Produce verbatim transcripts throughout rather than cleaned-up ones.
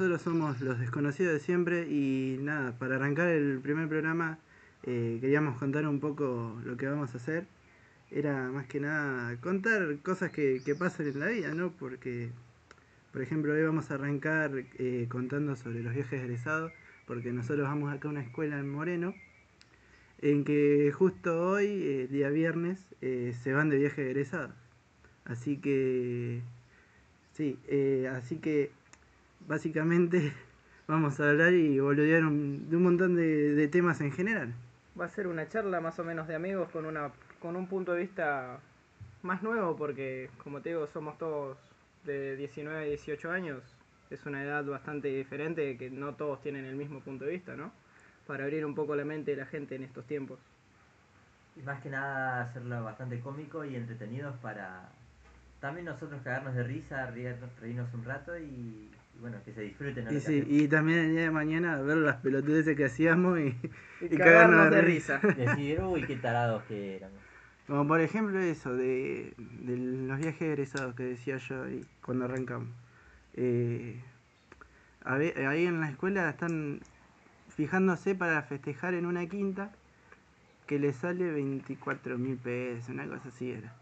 nosotros somos los desconocidos de siempre y nada, para arrancar el primer programa eh, queríamos contar un poco lo que vamos a hacer. Era más que nada contar cosas que, que pasan en la vida, ¿no? Porque, por ejemplo, hoy vamos a arrancar eh, contando sobre los viajes egresados, porque nosotros vamos acá a una escuela en Moreno, en que justo hoy, eh, día viernes, eh, se van de viaje egresados. Así que, sí, eh, así que básicamente vamos a hablar y boludear un, de un montón de, de temas en general. Va a ser una charla más o menos de amigos con una con un punto de vista más nuevo porque, como te digo, somos todos de diecinueve a dieciocho años. Es una edad bastante diferente que no todos tienen el mismo punto de vista, ¿no? Para abrir un poco la mente de la gente en estos tiempos. Y más que nada hacerlo bastante cómico y entretenidos para también nosotros cagarnos de risa, reírnos, reírnos un rato y, y bueno, que se disfruten. ¿No? Y, sí, y también el día de mañana ver las pelotudeces que hacíamos y, y, y cagarnos, cagarnos de, de risa. risa. Decir, uy, qué tarados que éramos. Como por ejemplo eso, de, de los viajes egresados que decía yo ahí cuando arrancamos. Eh, ahí en la escuela están fijándose para festejar en una quinta que le sale veinticuatro mil pesos, una cosa así era.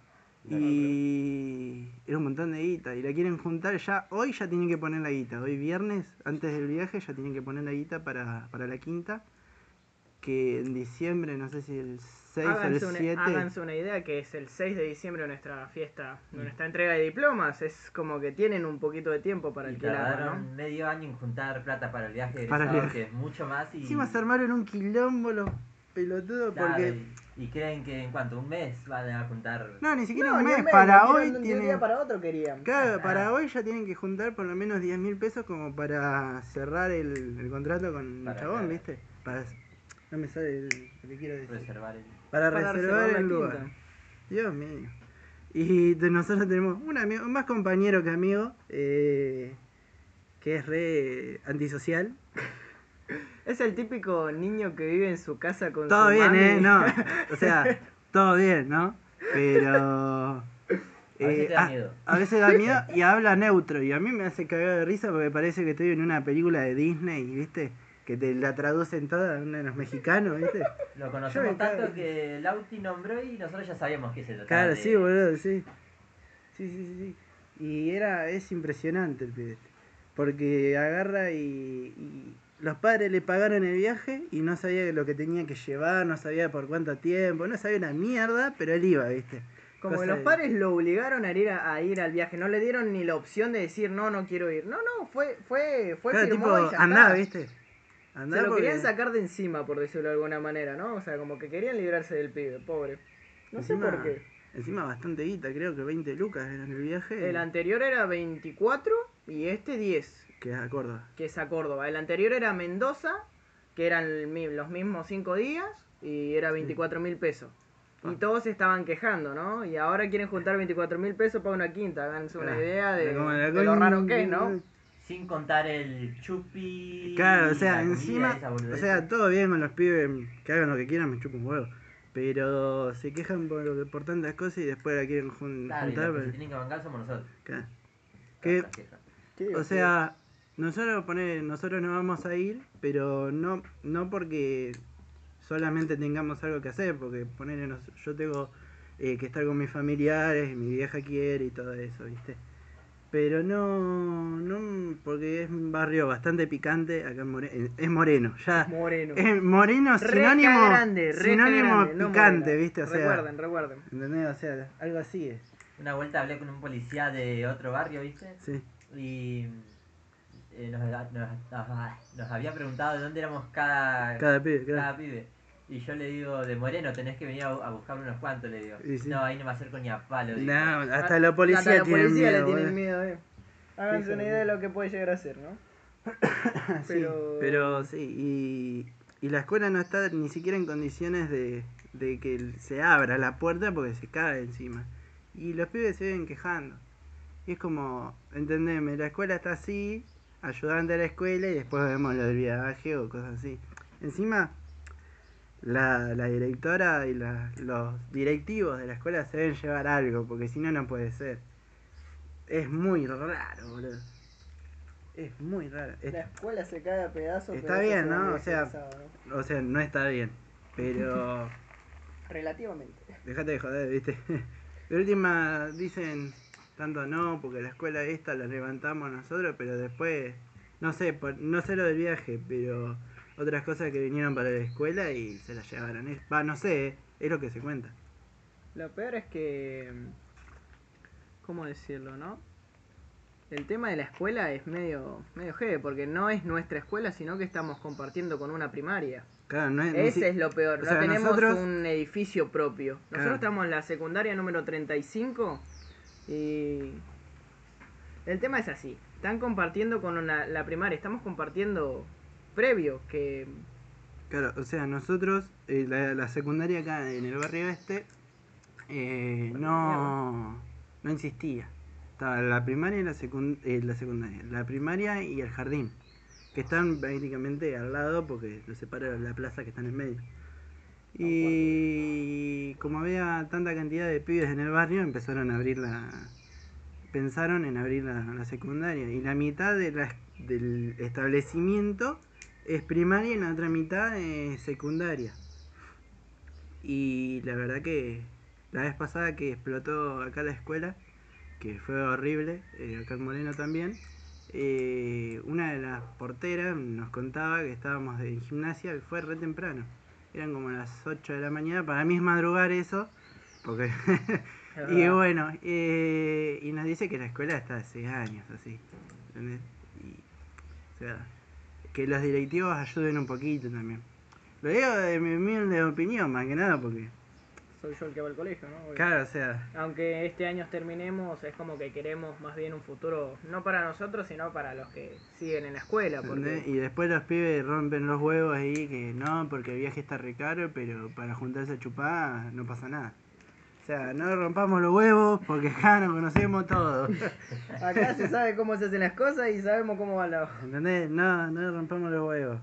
Y era un montón de guita y la quieren juntar ya, hoy ya tienen que poner la guita, hoy viernes, antes del viaje ya tienen que poner la guita para, para la quinta, que en diciembre, no sé si el seis háganse o el siete... Una, háganse una idea que es el seis de diciembre nuestra fiesta, mm. nuestra entrega de diplomas, es como que tienen un poquito de tiempo para alquilarla, ¿no? medio año en juntar plata para el viaje egresado, que es mucho más y... Encima se armaron un quilombo los pelotudos, claro, porque... Y, y creen que en cuanto un mes van a juntar... No, ni siquiera no, un, mes. un mes, para no hoy tienen... tienen... De un día para otro querían. Claro, para hoy ya tienen que juntar por lo menos diez mil pesos como para cerrar el, el contrato con el chabón, claro. ¿Viste? Para... No me sale el, lo que quiero decir. Reservar el... Para, para reservar, reservar el lugar. Quinta. Dios mío. Y de nosotros tenemos un amigo, más compañero que amigo, eh, que es re antisocial. Es el típico niño que vive en su casa con todo su bien, mami. ¿eh? No, o sea, todo bien, ¿no? Pero... Eh, a veces da miedo. A, a veces da miedo y habla neutro. Y a mí me hace cagar de risa porque parece que estoy en una película de Disney, ¿viste? Que te la traducen toda, uno de los mexicanos, ¿viste? Lo conocemos tanto que Lauti nombró y nosotros ya sabíamos que se trataba. Claro, de... sí, boludo, sí. Sí, sí, sí. Y era, es impresionante el pibe. Porque agarra y, y los padres le pagaron el viaje y no sabía lo que tenía que llevar, no sabía por cuánto tiempo, no sabía una mierda, pero él iba, ¿viste? Como Cosa que los de... padres lo obligaron a ir a, a ir al viaje, no le dieron ni la opción de decir no, no quiero ir. No, no, fue, fue, fue claro, firmó tipo, y ya andá, está. ¿viste? Andá Se lo porque... querían sacar de encima, por decirlo de alguna manera, ¿no? O sea, como que querían librarse del pibe, pobre. No encima, sé por qué. Encima bastante guita, creo que veinte lucas eran el viaje. El anterior era veinticuatro y este diez. Que es a Córdoba. Que es a Córdoba. El anterior era Mendoza, que eran los mismos cinco días y era veinticuatro mil pesos. Y todos se estaban quejando, ¿no? Y ahora quieren juntar veinticuatro mil pesos para una quinta. Háganse una claro. idea de, de, de lo raro que es, ¿no? Sin contar el chupi. Claro, o sea, encima, o sea, todo bien con los pibes que hagan lo que quieran, me chupo un huevo. Pero se quejan por, por tantas cosas y después la quieren jun claro, juntar. Y los que pero... se tienen que bancar somos nosotros. Claro. Que, ¿Qué? O sea, nosotros poner, nosotros no vamos a ir, pero no, no porque solamente tengamos algo que hacer, porque poner, yo tengo eh, que estar con mis familiares, mi vieja quiere y todo eso, ¿viste? Pero no, no, porque es un barrio bastante picante acá en Moreno, es Moreno, ya. Moreno. Es Moreno sinónimo, grande, sinónimo grande, picante, no ¿viste? O sea, recuerden, recuerden. ¿Entendés? O sea, algo así es. Una vuelta hablé con un policía de otro barrio, ¿viste? Sí. Y eh, nos, nos, nos, nos había preguntado de dónde éramos cada, cada pibe. Claro. Cada pibe. Y yo le digo, de Moreno, tenés que venir a, a buscar unos cuantos, le digo. Sí. No, ahí no me acerco ni a palo. No, hasta los policías hasta tienen policía miedo. le tienen miedo, eh. Háganse una idea de lo que puede llegar a ser, ¿no? pero... Sí, pero sí, y, y la escuela no está ni siquiera en condiciones de, de que se abra la puerta porque se cae encima. Y los pibes se vienen quejando. Y es como, entendeme, la escuela está así, ayudante a la escuela y después vemos lo del viaje o cosas así. Encima... La, la directora y la, los directivos de la escuela se deben llevar algo, porque si no, no puede ser. Es muy raro, boludo. es muy rara. Es- La escuela se cae a pedazos. Está pero eso bien, se va ¿no? muy O sea- egresado, ¿no? o sea, no está bien, pero Relativamente. déjate de joder, ¿viste? De última dicen tanto no, porque la escuela esta la levantamos nosotros, pero después, no sé, por- no sé lo del viaje, pero otras cosas que vinieron para la escuela y se las llevaron. Es- Va, no sé, eh, es lo que se cuenta. Lo peor es que... ¿Cómo decirlo, no? El tema de la escuela es medio, medio heavy, porque no es nuestra escuela, sino que estamos compartiendo con una primaria. Claro, no es, ni Ese si- es lo peor, o no sea, tenemos nosotros- un edificio propio. Nosotros Claro. estamos en la secundaria número treinta y cinco y... El tema es así, están compartiendo con una- la primaria, estamos compartiendo previo, que... Claro, o sea, nosotros, eh, la, la secundaria acá en el barrio este, eh, no, no insistía. Estaba la primaria y la, secund eh, la secundaria, la primaria y el jardín, que están prácticamente al lado porque los separa la plaza que está en el medio. Y como había tanta cantidad de pibes en el barrio, empezaron a abrir la... Pensaron en abrir la, la secundaria. Y la mitad de la, del establecimiento es primaria y la otra mitad es secundaria. Y la verdad que la vez pasada que explotó acá la escuela, que fue horrible, eh, acá en Moreno también, eh, una de las porteras nos contaba que estábamos de gimnasia y fue re temprano. Eran como las ocho de la mañana, para mí es madrugar eso, porque... y verdad. bueno, eh, y nos dice que la escuela está hace años así, ¿entendés? Y, o sea, que los directivos ayuden un poquito también. Lo digo de mi humilde opinión, más que nada, porque... Soy yo el que va al colegio, ¿no? Claro, o sea... Aunque este año terminemos, es como que queremos más bien un futuro, no para nosotros, sino para los que siguen en la escuela. ¿entendés? Porque Y después los pibes rompen los huevos ahí, que no, porque el viaje está re caro, pero para juntarse a chupar no pasa nada. O sea, no rompamos los huevos, porque acá nos conocemos todos. acá se sabe cómo se hacen las cosas y sabemos cómo van los... ¿Entendés? No, no rompamos los huevos.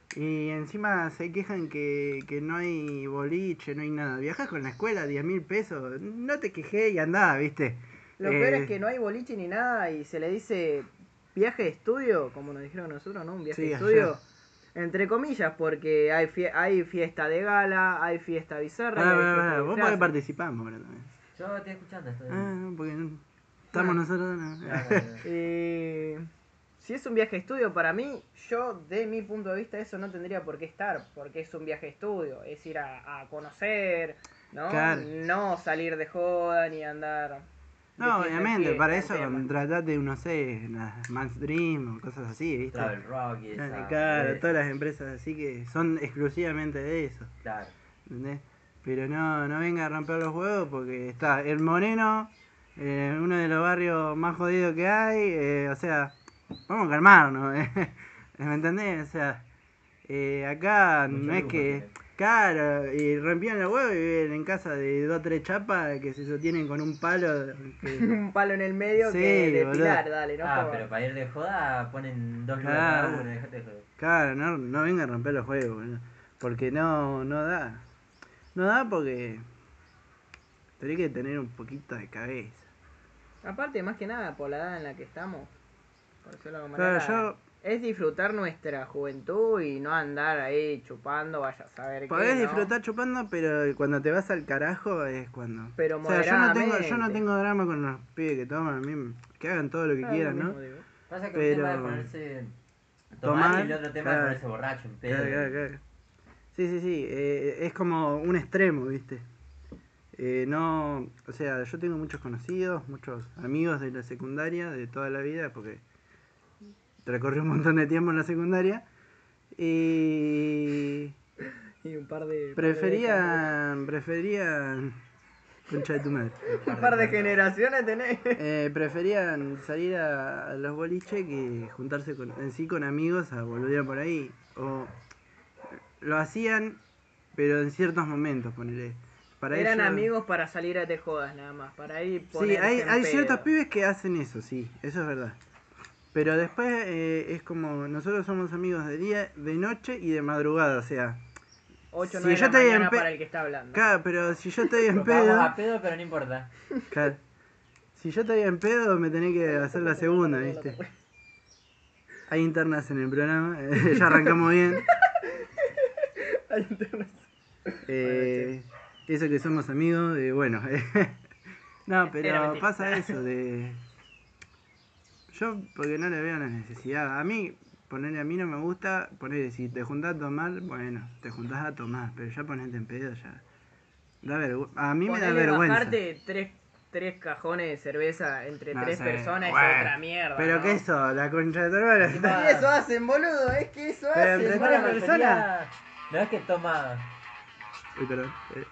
Y encima se quejan que, que no hay boliche, no hay nada. Viajás con la escuela, diez mil pesos, no te quejé y andá, ¿viste? Lo peor Eh, es que no hay boliche ni nada y se le dice viaje de estudio, como nos dijeron nosotros, ¿no? Un viaje Sí, de ayer. estudio, entre comillas, porque hay, fie- hay fiesta de gala, hay fiesta bizarra. y Pará, hay pará, fiesta pará, de vos clase. podés participamos ahora también. Yo estoy escuchando esto. Ah, no, porque no- estamos Ah. nosotros. No. No, no, no. Y si es un viaje de estudio, para mí, yo de mi punto de vista eso no tendría por qué estar, porque es un viaje de estudio, es ir a, a conocer, ¿no? Claro. No salir de joda ni andar... de No, fiesta en obviamente, fiesta, para en eso tema. contratate, no sé, las Man's Dream o cosas así, ¿viste? Travel Rock y esa. Claro, esa. todas las empresas así que son exclusivamente de eso, Claro. ¿entendés? Pero no, no venga a romper los huevos porque está el Moreno, eh, uno de los barrios más jodidos que hay, eh, o sea, vamos a calmarnos, ¿eh? ¿Me entendés? O sea, eh, acá Mucho no es lujo que... tiene. Claro, y rompían los huevos y viven en casa de dos o tres chapas que se sostienen con un palo. que- un palo en el medio Sí, que de boludo. pilar, dale, no Ah, jodas. pero para ir de joda ponen dos lucas Claro. cada uno, dejate de joder. Claro, no, no venga a romper los juegos, boludo. Porque no, no da. No da porque tenés que tener un poquito de cabeza. Aparte, más que nada, por la edad en la que estamos, por decirlo de alguna Claro, manera, yo- es disfrutar nuestra juventud y no andar ahí chupando, vaya a saber Podés qué, ¿no? disfrutar chupando, pero cuando te vas al carajo es cuando... Pero o sea, yo no, tengo, yo no moderadamente. tengo drama con los pibes que toman, a mí que hagan todo lo que Ah, quieran, lo ¿no? mismo digo. Pasa que Pero- un tema es ponerse. Tomar, Tomar, y el otro tema claro. es ponerse borracho en pedo. Claro, claro, claro. Sí, sí, sí, eh, es como un extremo, ¿viste? Eh, no, o sea, yo tengo muchos conocidos, muchos amigos de la secundaria, de toda la vida, porque recorrí un montón de tiempo en la secundaria, y Y un par de... preferían, preferían, concha de tu madre, Un par de generaciones tenés. eh, preferían salir a, a los boliches que juntarse con, en sí con amigos a boludear por ahí, o lo hacían, pero en ciertos momentos, ponele. Para Eran ellos- amigos para salir a te jodas nada más, para ir Sí, ponerse hay, en hay pedo. ciertos pibes que hacen eso, sí, eso es verdad. Pero después eh, es como, nosotros somos amigos de día, de noche y de madrugada, o sea, ocho o si nueve yo de la estoy en mañana pe- para el que está hablando. claro, pero si yo estoy en Nos vamos pedo, a pedo, pero no importa. claro, si yo estoy en pedo me tenés que hacer la segunda, ¿viste? Hay internas en el programa, eh, ya arrancamos bien. Hay internas. Eh, eso que somos amigos, eh, bueno. eh. No, Era pero mentira. pasa eso de... Yo porque no le veo la necesidad. A mí, ponerle a mí no me gusta, ponerle si te juntás a tomar, bueno, te juntás a tomar, pero ya ponete en pedo ya. Da vergü- a mí me da Ponele vergüenza. bajarte tres, tres cajones de cerveza entre No tres sé, personas bueno. es otra mierda. Pero ¿no? qué eso, la concha de tu hermana. Encima- Y eso hacen, boludo, es que eso Pero hacen. entre Encima tres la boludo. mayoría no es que toma. Uy, perdón. eh.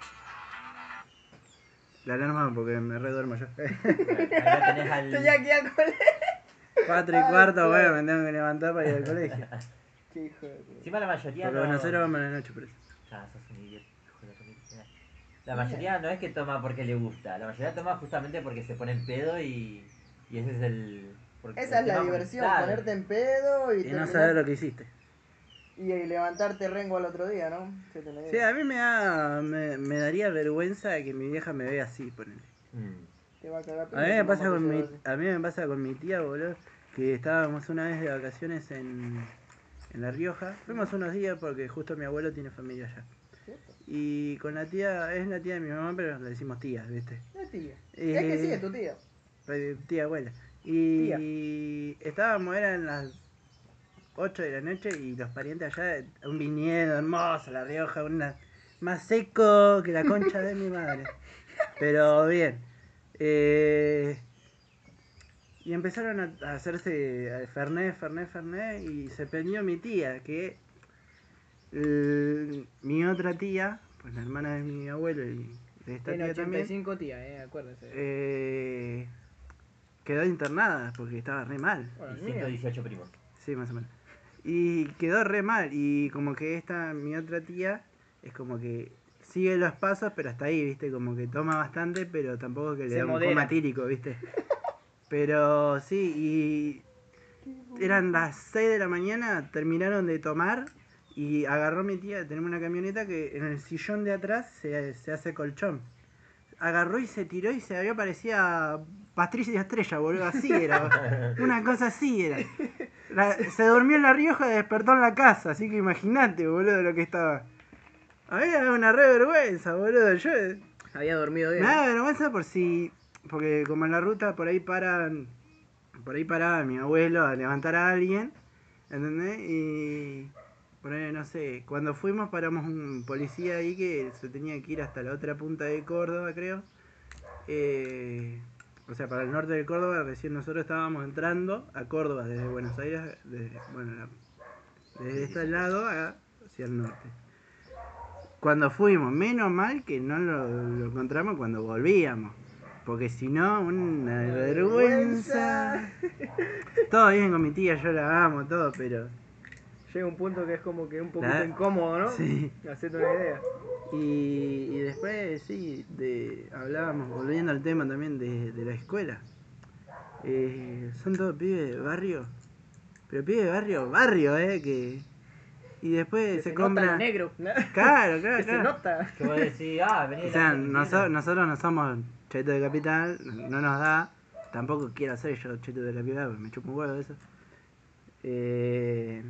La alarma porque me reduermo yo. Ahí lo tenés al. Yo ya quedé con Cuatro y Ay, cuarto, claro. bueno, me tengo que levantar para ir al colegio. Qué hijo de puta. Encima la mayoría Porque no. nosotros vamos a la noche, por eso. Ah, sos un idiota, hijo de remil. La mayoría no es que toma porque le gusta, la mayoría toma justamente porque se pone en pedo y. Y ese es el. porque- Esa el es la tema diversión, claro. ponerte en pedo y, Y no terminar- saber lo que hiciste. y, y levantarte rengo al otro día, ¿no? Se te me Sí, a mí me da, me, me daría vergüenza que mi vieja me vea así, ponele. Mm. Te va a cagar A mí me pasa con mi, así. a mí me pasa con mi tía, boludo, que estábamos una vez de vacaciones en, en La Rioja. Fuimos unos días porque justo mi abuelo tiene familia allá. ¿Cierto? Y con la tía, es la tía de mi mamá, pero le decimos tía, ¿viste? Es tía. Eh, Es que sí, es tu tía. Eh, Tía abuela. Y estábamos, eran las ocho de la noche y los parientes allá, un viñedo hermoso, La Rioja, una, más seco que la concha de mi madre. Pero bien. Eh, y empezaron a, a hacerse Fernet, Fernet, Fernet y se prendió mi tía, que eh, mi otra tía, pues la hermana de mi abuelo y de esta Tiene tía ochenta y también, cinco tías, eh, acuérdense. eh, quedó internada porque estaba re mal. Bueno, Y el mío. ciento dieciocho primos. Sí, más o menos. Y quedó re mal. Y como que esta, mi otra tía, es como que sigue los pasos, pero hasta ahí, ¿viste? Como que toma bastante, pero tampoco que le Se da un modera. coma tírico, ¿viste? Pero sí, y eran las seis de la mañana, terminaron de tomar y agarró mi tía, tenemos una camioneta que en el sillón de atrás se, se hace colchón. Agarró y se tiró y se había parecía Patricia Estrella, boludo, así era. Una cosa así era. La- se durmió en La Rioja y despertó en la casa, así que imagínate, boludo, lo que estaba. A mí me da una re vergüenza, boludo. Yo, Había dormido me bien. da vergüenza por si. Porque como en la ruta por ahí paran. Por ahí paraba mi abuelo a levantar a alguien. ¿Entendés? Y. Por ahí, no sé. Cuando fuimos paramos un policía ahí que se tenía que ir hasta la otra punta de Córdoba, creo. Eh, o sea, para el norte de Córdoba, recién nosotros estábamos entrando a Córdoba desde Buenos Aires, desde, bueno, la- desde este lado a- hacia el norte. Cuando fuimos, menos mal que no lo, lo encontramos cuando volvíamos. Porque si no, una vergüenza. Todo bien con mi tía, yo la amo, todo, pero. Llega un punto que es como que un poquito La- incómodo, ¿no? Sí. Hacete una idea. Y, y después, sí, de, hablábamos, volviendo al tema también de, de la escuela. Eh, son todos pibes de barrio. Pero pibes de barrio, barrio, eh, que. Y después Que se, se nota lo compran. negro. Claro, claro, Que se claro. nota. Que vos decís, ah, vení O de sea, la noso- nosotros no somos chetos de capital, no nos da. Tampoco quiero ser yo cheto de capital, porque me chupa un huevo eso. Eh,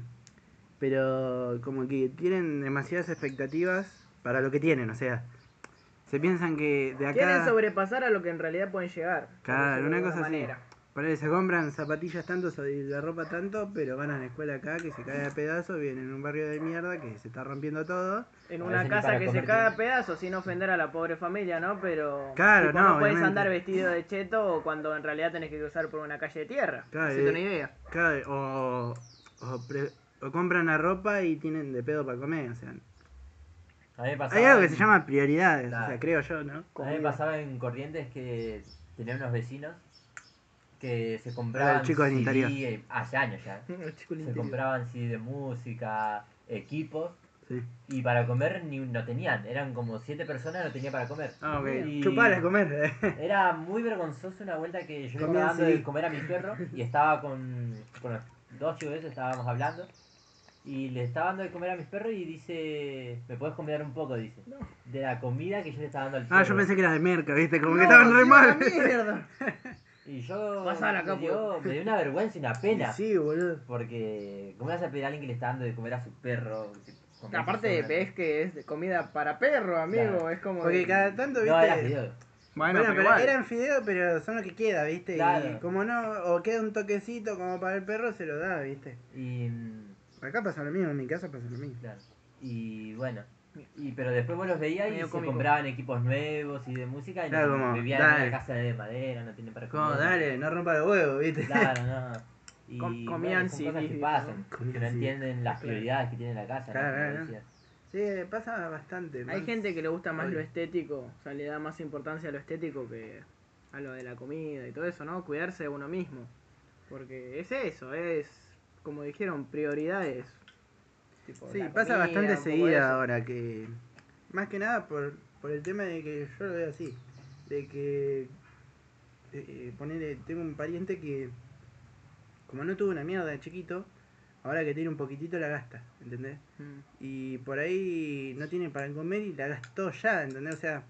pero como que tienen demasiadas expectativas para lo que tienen, o sea, se piensan que de Quieren acá. sobrepasar a lo que en realidad pueden llegar. por Claro, decirlo una de cosa así. manera. Ponele, se compran zapatillas tanto y la ropa tanto, pero van a la escuela acá que se cae a pedazos, vienen en un barrio de mierda que se está rompiendo todo. En A una veces ni casa para que se comer cae a tienen. pedazos sin ofender a la pobre familia, ¿no? Pero Claro, tipo, no, no puedes obviamente. andar vestido de cheto cuando en realidad tenés que cruzar por una calle de tierra. Claro, Hacete y- una idea. Claro, o, o, pre- o compran la ropa y tienen de pedo para comer, o sea. A mí me pasaba Hay algo que en- se llama prioridades, o Claro. sea, creo yo, ¿no? A mí me Comida. pasaba en Corrientes que tenía unos vecinos que se Era compraban el chico del C D, interior. eh, hace años ya. El chico del Se interior. compraban C D de música, equipos, Sí. y para comer ni no tenían. Eran como siete personas, no tenía para comer. Ah, ok. Y Chupar a comer. Era muy vergonzoso una vuelta que yo le Comían estaba dando C D. de comer a mi perro y estaba con, con los dos chicos de esos, estábamos hablando. Y le estaba dando de comer a mis perros y dice, ¿me puedes comer un poco? Dice, de la comida que yo le estaba dando al perro. Ah, yo pensé que era de merca, ¿viste? Como que No, estaban re sí, mal. a la mierda. Y yo Pasala, me capo. dio, me dio una vergüenza y una pena. Sí, boludo. Porque, ¿cómo le vas a pedir a alguien que le está dando de comer a su perro? Con Aparte esa ves que es de comida para perro, amigo. Claro. Es como. Porque de- cada tanto, No, era viste. fideo. Bueno, Bueno, pero, pero igual. eran fideos, pero son lo que queda, viste. Claro. Y como no, o queda un toquecito como para el perro, se lo da, viste. Y, mm, Acá pasa lo mismo, en mi casa pasa lo mismo. claro. Y bueno. Y, pero después vos los veías y Medio se cómico. compraban equipos nuevos y de música y no Claro, tienen- como, vivían en dale. una casa de madera, no tienen para Como, comer. dale, no rompa los huevos, viste. Claro, no. Y Com- bueno, comían son cosas C Ds, que ¿no? pasan, Comían que no C Ds. entienden las Claro. prioridades que tiene la casa, Claro, ¿no? Como claro. decías. Sí, pasa bastante. Hay más- gente que le gusta más Obvio. lo estético, o sea, le da más importancia a lo estético que a lo de la comida y todo eso, ¿no? Cuidarse de uno mismo. Porque es eso, es, como dijeron, prioridades. Tipo, Sí, la pasa comida, bastante un poco seguida eso. ahora que. Más que nada por, por el tema de que yo lo veo así. De que. Eh, ponele, tengo un pariente que. Como no tuvo una mierda de chiquito, ahora que tiene un poquitito la gasta, ¿entendés? Mm. Y por ahí no tiene para comer y la gastó ya, ¿entendés? O sea,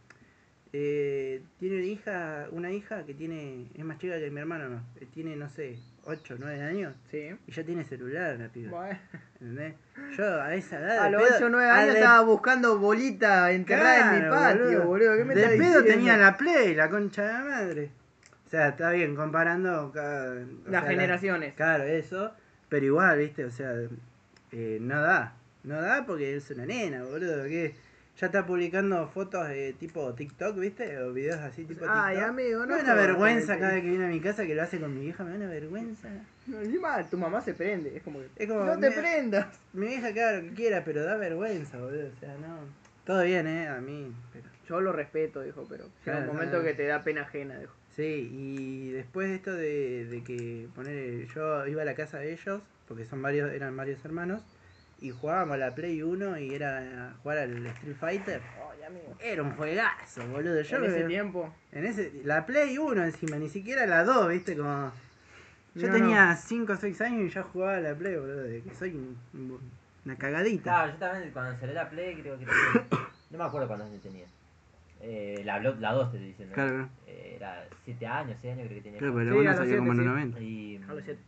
eh, tiene una hija, una hija que tiene, es más chica que mi hermano, ¿no? Eh, tiene, no sé, ocho nueve años Sí. y ya tiene celular la piba, Bueno. ¿entendés? Yo a esa edad... A de los pedo- ocho o nueve a años de- estaba buscando bolita enterrada en mi Claro, patio, boludo. ¿Qué me de estás pedo diciendo? tenía la Play, la concha de la madre. O sea, está bien, comparando cada, o Las sea, generaciones. claro, eso. Pero igual, viste, o sea, eh, no da. No da porque es una nena, boludo. Que ya está publicando fotos de tipo TikTok, viste, o videos así tipo Ay, TikTok. amigo, no Me da una jodas vergüenza con el cada vez que viene a mi casa que lo hace con mi vieja, me da una vergüenza. No, encima tu mamá se prende, es como que. Es como, no te me- prendas. Mi vieja que haga lo que quiera, pero da vergüenza, boludo. O sea, no. Todo bien, eh, a mí. Pero... Yo lo respeto, dijo, pero llega Claro, un no, momento no. que te da pena ajena, dijo. Sí, y después de esto de, de que poner, yo iba a la casa de ellos, porque son varios, eran varios hermanos, y jugábamos a la Play uno y era jugar al Street Fighter. Ay, amigo. Era un juegazo, boludo. Yo En me- ese tiempo. en ese, la Play uno encima, ni siquiera la dos, viste, como... Yo No, tenía cinco o seis años y ya jugaba a la Play, boludo, de que soy un- un- una cagadita. Claro, yo también cuando salió la Play creo que tenía, no me acuerdo cuántos años tenía. Eh, la, Blo- la dos te estoy diciendo. Claro. Eh, era siete años, seis años creo que tenía. Claro, yo. pero Sí, uno a los salió siete, como en los sí. noventa. Y, A los siete.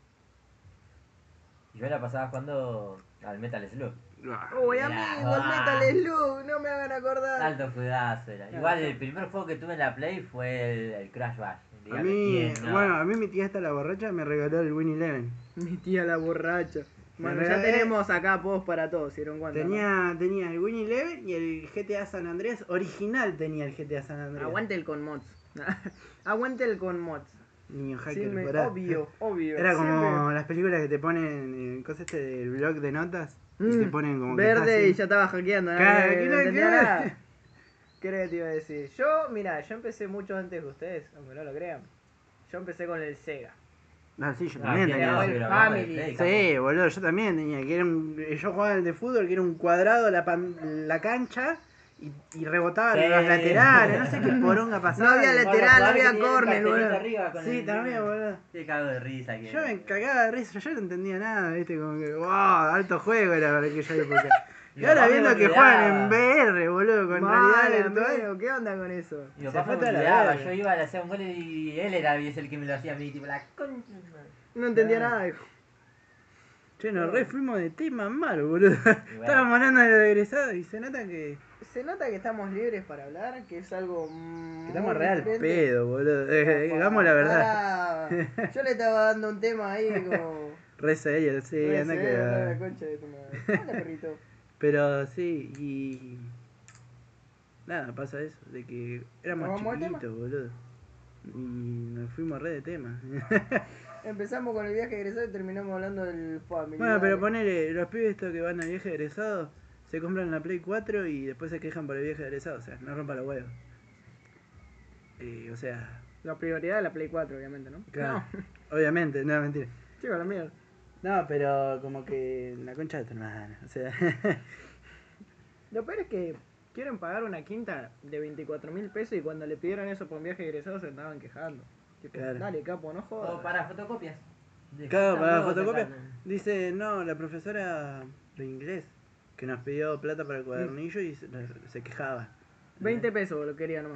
y yo la pasaba jugando al Metal Slug. Uy, Era- amigo, el ah. Metal Slug, no me hagan acordar. Alto juegazo era. Claro, Igual claro. el primer juego que tuve en la Play fue el, el Crash Bash. A Dígame mí, quién, no. bueno, a mí mi tía esta la borracha me regaló el Win Eleven. Mi tía la borracha. Bueno, Me ya regalé- tenemos acá post para todos, ¿se dieron cuenta? no? Tenía, tenía el Win Eleven y el G T A San Andrés. Original tenía el G T A San Andrés. Aguante el con mods. Aguante el con mods. Niño Sí, hacker, me- pará. obvio, obvio. Era como siempre. las películas que te ponen, eh, cosas este del blog de notas. Y Mm, te ponen como que verde estás y así. ya estaba hackeando. Claro, nada, ¿qué que no- no qué entendía no? nada. ¿Qué era que te iba a decir? Yo, mira, yo empecé mucho antes que ustedes, aunque no lo crean. Yo empecé con el Sega. Ah, sí, yo Ah, también que tenía. era el el programa de Family. Play, Sí, boludo, yo también tenía. Que era un- yo jugaba el de fútbol, que era un cuadrado la, pan- la cancha y, y rebotaba Sí. en los laterales. No sé qué poronga pasaba. No había y- lateral, Bueno, no había que tenía el córner, cartelito boludo. arriba con Sí, el- también, boludo. Qué cago de risa que Yo me era. cagaba de risa, yo no entendía nada, viste, como que, wow, alto juego era para aquella época. Mi Y ahora papá me viendo que boludeaba. juegan en V R, boludo, con Mal, realidad virtual. amigo, ¿qué onda con eso? Mi Se papá fue me toda la boludeaba, verga. yo iba, le hacía un gol y él era y es el que me lo hacía a mí, tipo la concha. No entendía Claro. nada, hijo. Che, nos re fuimos de tema mal, boludo. bueno. Estábamos hablando de los egresados y se nota que, Se nota que estamos libres para hablar, que es algo. mm, que estamos muy real diferente. pedo, boludo. Eh, Para- digamos la verdad. para- Yo le estaba dando un tema ahí como. Re serio, sí, Re anda serio, que anda va. la concha de tu madre. Hola, perrito. Pero sí, y. Nada, pasa eso, de que éramos ¿Nos vamos al tema? chiquitos, boludo. Y nos fuimos re de tema. Empezamos con el viaje egresado y terminamos hablando del family. Bueno, dale. pero ponele, los pibes estos que van al viaje de egresado se compran la Play cuatro y después se quejan por el viaje de egresado, o sea, no rompa los huevos. Eh, o sea, La prioridad es la Play cuatro, obviamente, ¿no? claro, No, obviamente, no, mentira. chico, la mierda. No, pero como que la concha de tu hermana, o sea, Lo peor es que quieren pagar una quinta de veinticuatro mil pesos y cuando le pidieron eso por un viaje egresado se andaban quejando. Tipo, Claro. dale, capo, no jodas. O para fotocopias. De- claro, para la huevos fotocopia. sacar- Dice, no, la profesora de inglés que nos pidió plata para el cuadernillo y se, se quejaba. veinte pesos lo quería nomás.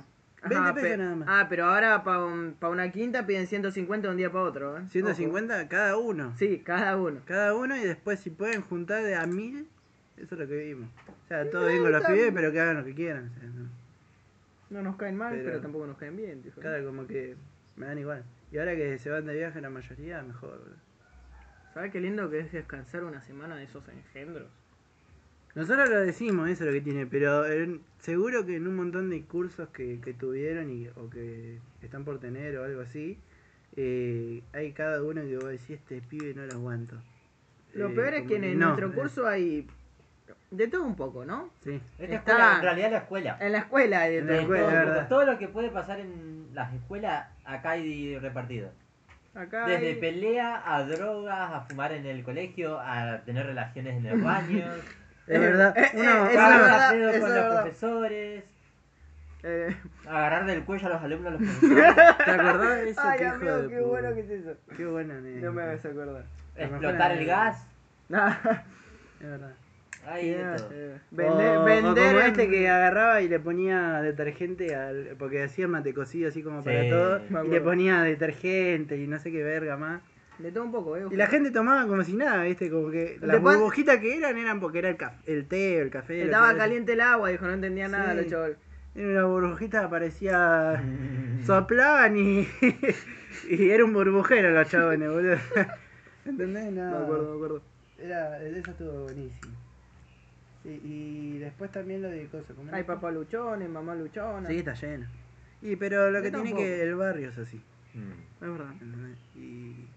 veinte Ajá, pesos pe- nada más. Ah, pero ahora para un, pa una quinta piden ciento cincuenta de un día para otro, ¿eh? ciento Ojo. cincuenta cada uno. Sí, cada uno. Cada uno y después si pueden juntar de a mil, eso es lo que vimos. O sea, todo bien con los está pibes, bien. pero que hagan lo que quieran. O sea, no. No nos caen mal, pero, Pero- tampoco nos caen bien, tío. Cada como que me dan igual. Y ahora que se van de viaje la mayoría, mejor. Bro. ¿Sabes qué lindo que es descansar una semana de esos engendros? Nosotros lo decimos, eso es lo que tiene, pero en- seguro que en un montón de cursos que, que tuvieron y, o que están por tener o algo así, eh, hay cada uno que vos decís, este pibe no lo aguanto. Lo Eh, peor es como que en el- no, nuestro eh, curso hay de todo un poco, ¿no? Sí. Esta Está- escuela, en realidad la escuela. En la escuela hay de En todo. la De escuela, todo, es porque verdad. todo lo que puede pasar en las escuelas, acá hay repartido. Acá Desde hay- pelea a drogas, a fumar en el colegio, a tener relaciones en el baño, Es verdad. Eh, eh, Uno, eh, a eso es agarrar verdad, a pedo eso con es los verdad. profesores, eh, a agarrar del cuello a los alumnos a los profesores, ¿te acordás de eso? Ay, Qué hijo amigo, de qué puta. bueno que es eso. Qué buena anécdota. No me hagas acordar. explotar el gas, Es verdad. hay de todo. Eh, O- Vender, o vender como en- este que agarraba y le ponía detergente al, porque hacía mate cocido así como para Sí. todo Me y le acuerdo. ponía detergente y no sé qué verga más De todo un poco, eh. y la gente tomaba como si nada, viste, como que las Después- burbujitas que eran eran porque era el, caf- el té o el café, lo que Estaba era. caliente el agua, dijo, no entendía nada Sí. los chavales. Era una burbujita, parecía soplaban y y era un burbujero los chabones, boludo. ¿Entendés? No. Me acuerdo, me acuerdo. Era, eso estuvo buenísimo. Y, y después también lo de cosas. ¿cómo era Hay esto? papá luchones, mamá luchona. Sí, está lleno. Y pero lo De que todo tiene un que poco. el barrio es así. Mm. Es verdad. ¿Entendés? Y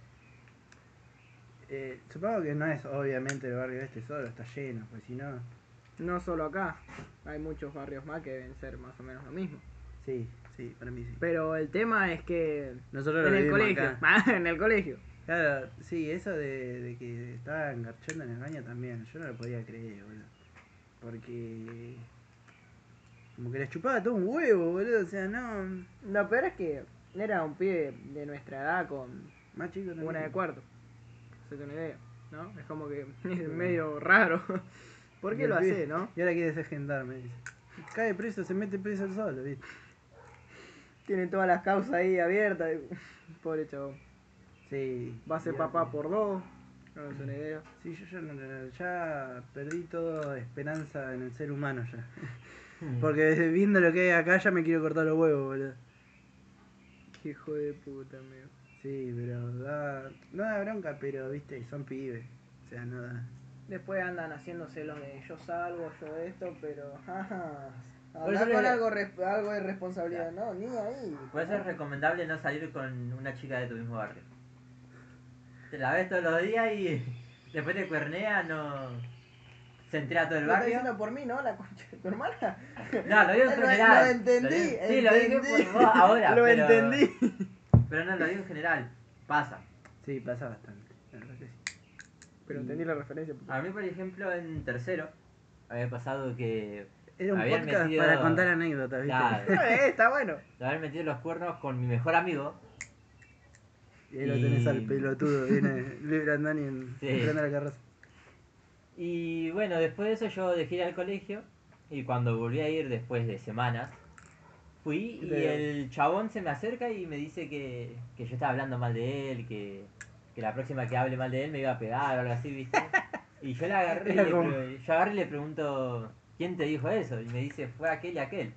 eh, supongo que no es obviamente el barrio este solo, está lleno, pues si no, No solo acá. Hay muchos barrios más que deben ser más o menos lo mismo. sí, sí, para mí sí. Pero el tema es que Nosotros lo en el vivimos colegio. acá. Ah, en el colegio. Claro, sí, eso de, de que estaban garchando en el baño también, yo no lo podía creer, boludo. Porque como que les chupaba todo un huevo, boludo, o sea, no, Lo peor es que era un pibe de nuestra edad con más chico también. una de cuarto. Se te una idea, ¿no? Es como que es medio raro. ¿Por Y qué el lo pibe- hace, no? Y ahora quiere ser gendarme, dice. Cae preso, se mete preso el solo, viste. Tiene todas las causas ahí abiertas. Pobre chabón. Sí. Va a ser y- papá por dos. No es una idea. Sí, yo ya, no- no- ya perdí toda esperanza en el ser humano ya. Porque desde viendo lo que hay acá ya me quiero cortar los huevos, boludo. Qué hijo de puta, amigo. Sí, pero da, no da bronca, pero viste, son pibes. O sea, no da. Después andan haciéndose los de yo salgo, yo esto, pero. Jaja. Por Andá eso con le- algo, res- algo de responsabilidad, no, ni ahí. Por eso es recomendable no salir con una chica de tu mismo barrio. Te la ves todos los días y después te cuernea, no se entera todo el Lo está barrio. diciendo por mí, ¿no? La concha de tu hermana. No, lo digo en Lo- general. Lo entendí. Lo digo- Sí, lo dije entendí. por vos ahora. Lo pero- entendí. Pero no, lo digo en general. Pasa. Sí, pasa bastante. La verdad que sí. Pero entendí la referencia. puto. A mí, por ejemplo, en tercero, había pasado que Era un habían podcast metido- para contar anécdotas, viste. Claro. Eh, está bueno. de haber metido los cuernos con mi mejor amigo. Y ahí lo tenés Y- al pelotudo, viene Luis Brandoni en, Sí. entrando a la carroza. Y bueno, después de eso yo dejé ir al colegio. Y cuando volví a ir después de semanas, fui y Pero- el chabón se me acerca y me dice que, que yo estaba hablando mal de él, que, que la próxima que hable mal de él me iba a pegar o algo así, ¿viste? Y yo le agarré y Era le, como- pre- yo agarré y le pregunto, ¿quién te dijo eso? Y me dice, fue aquel y aquel.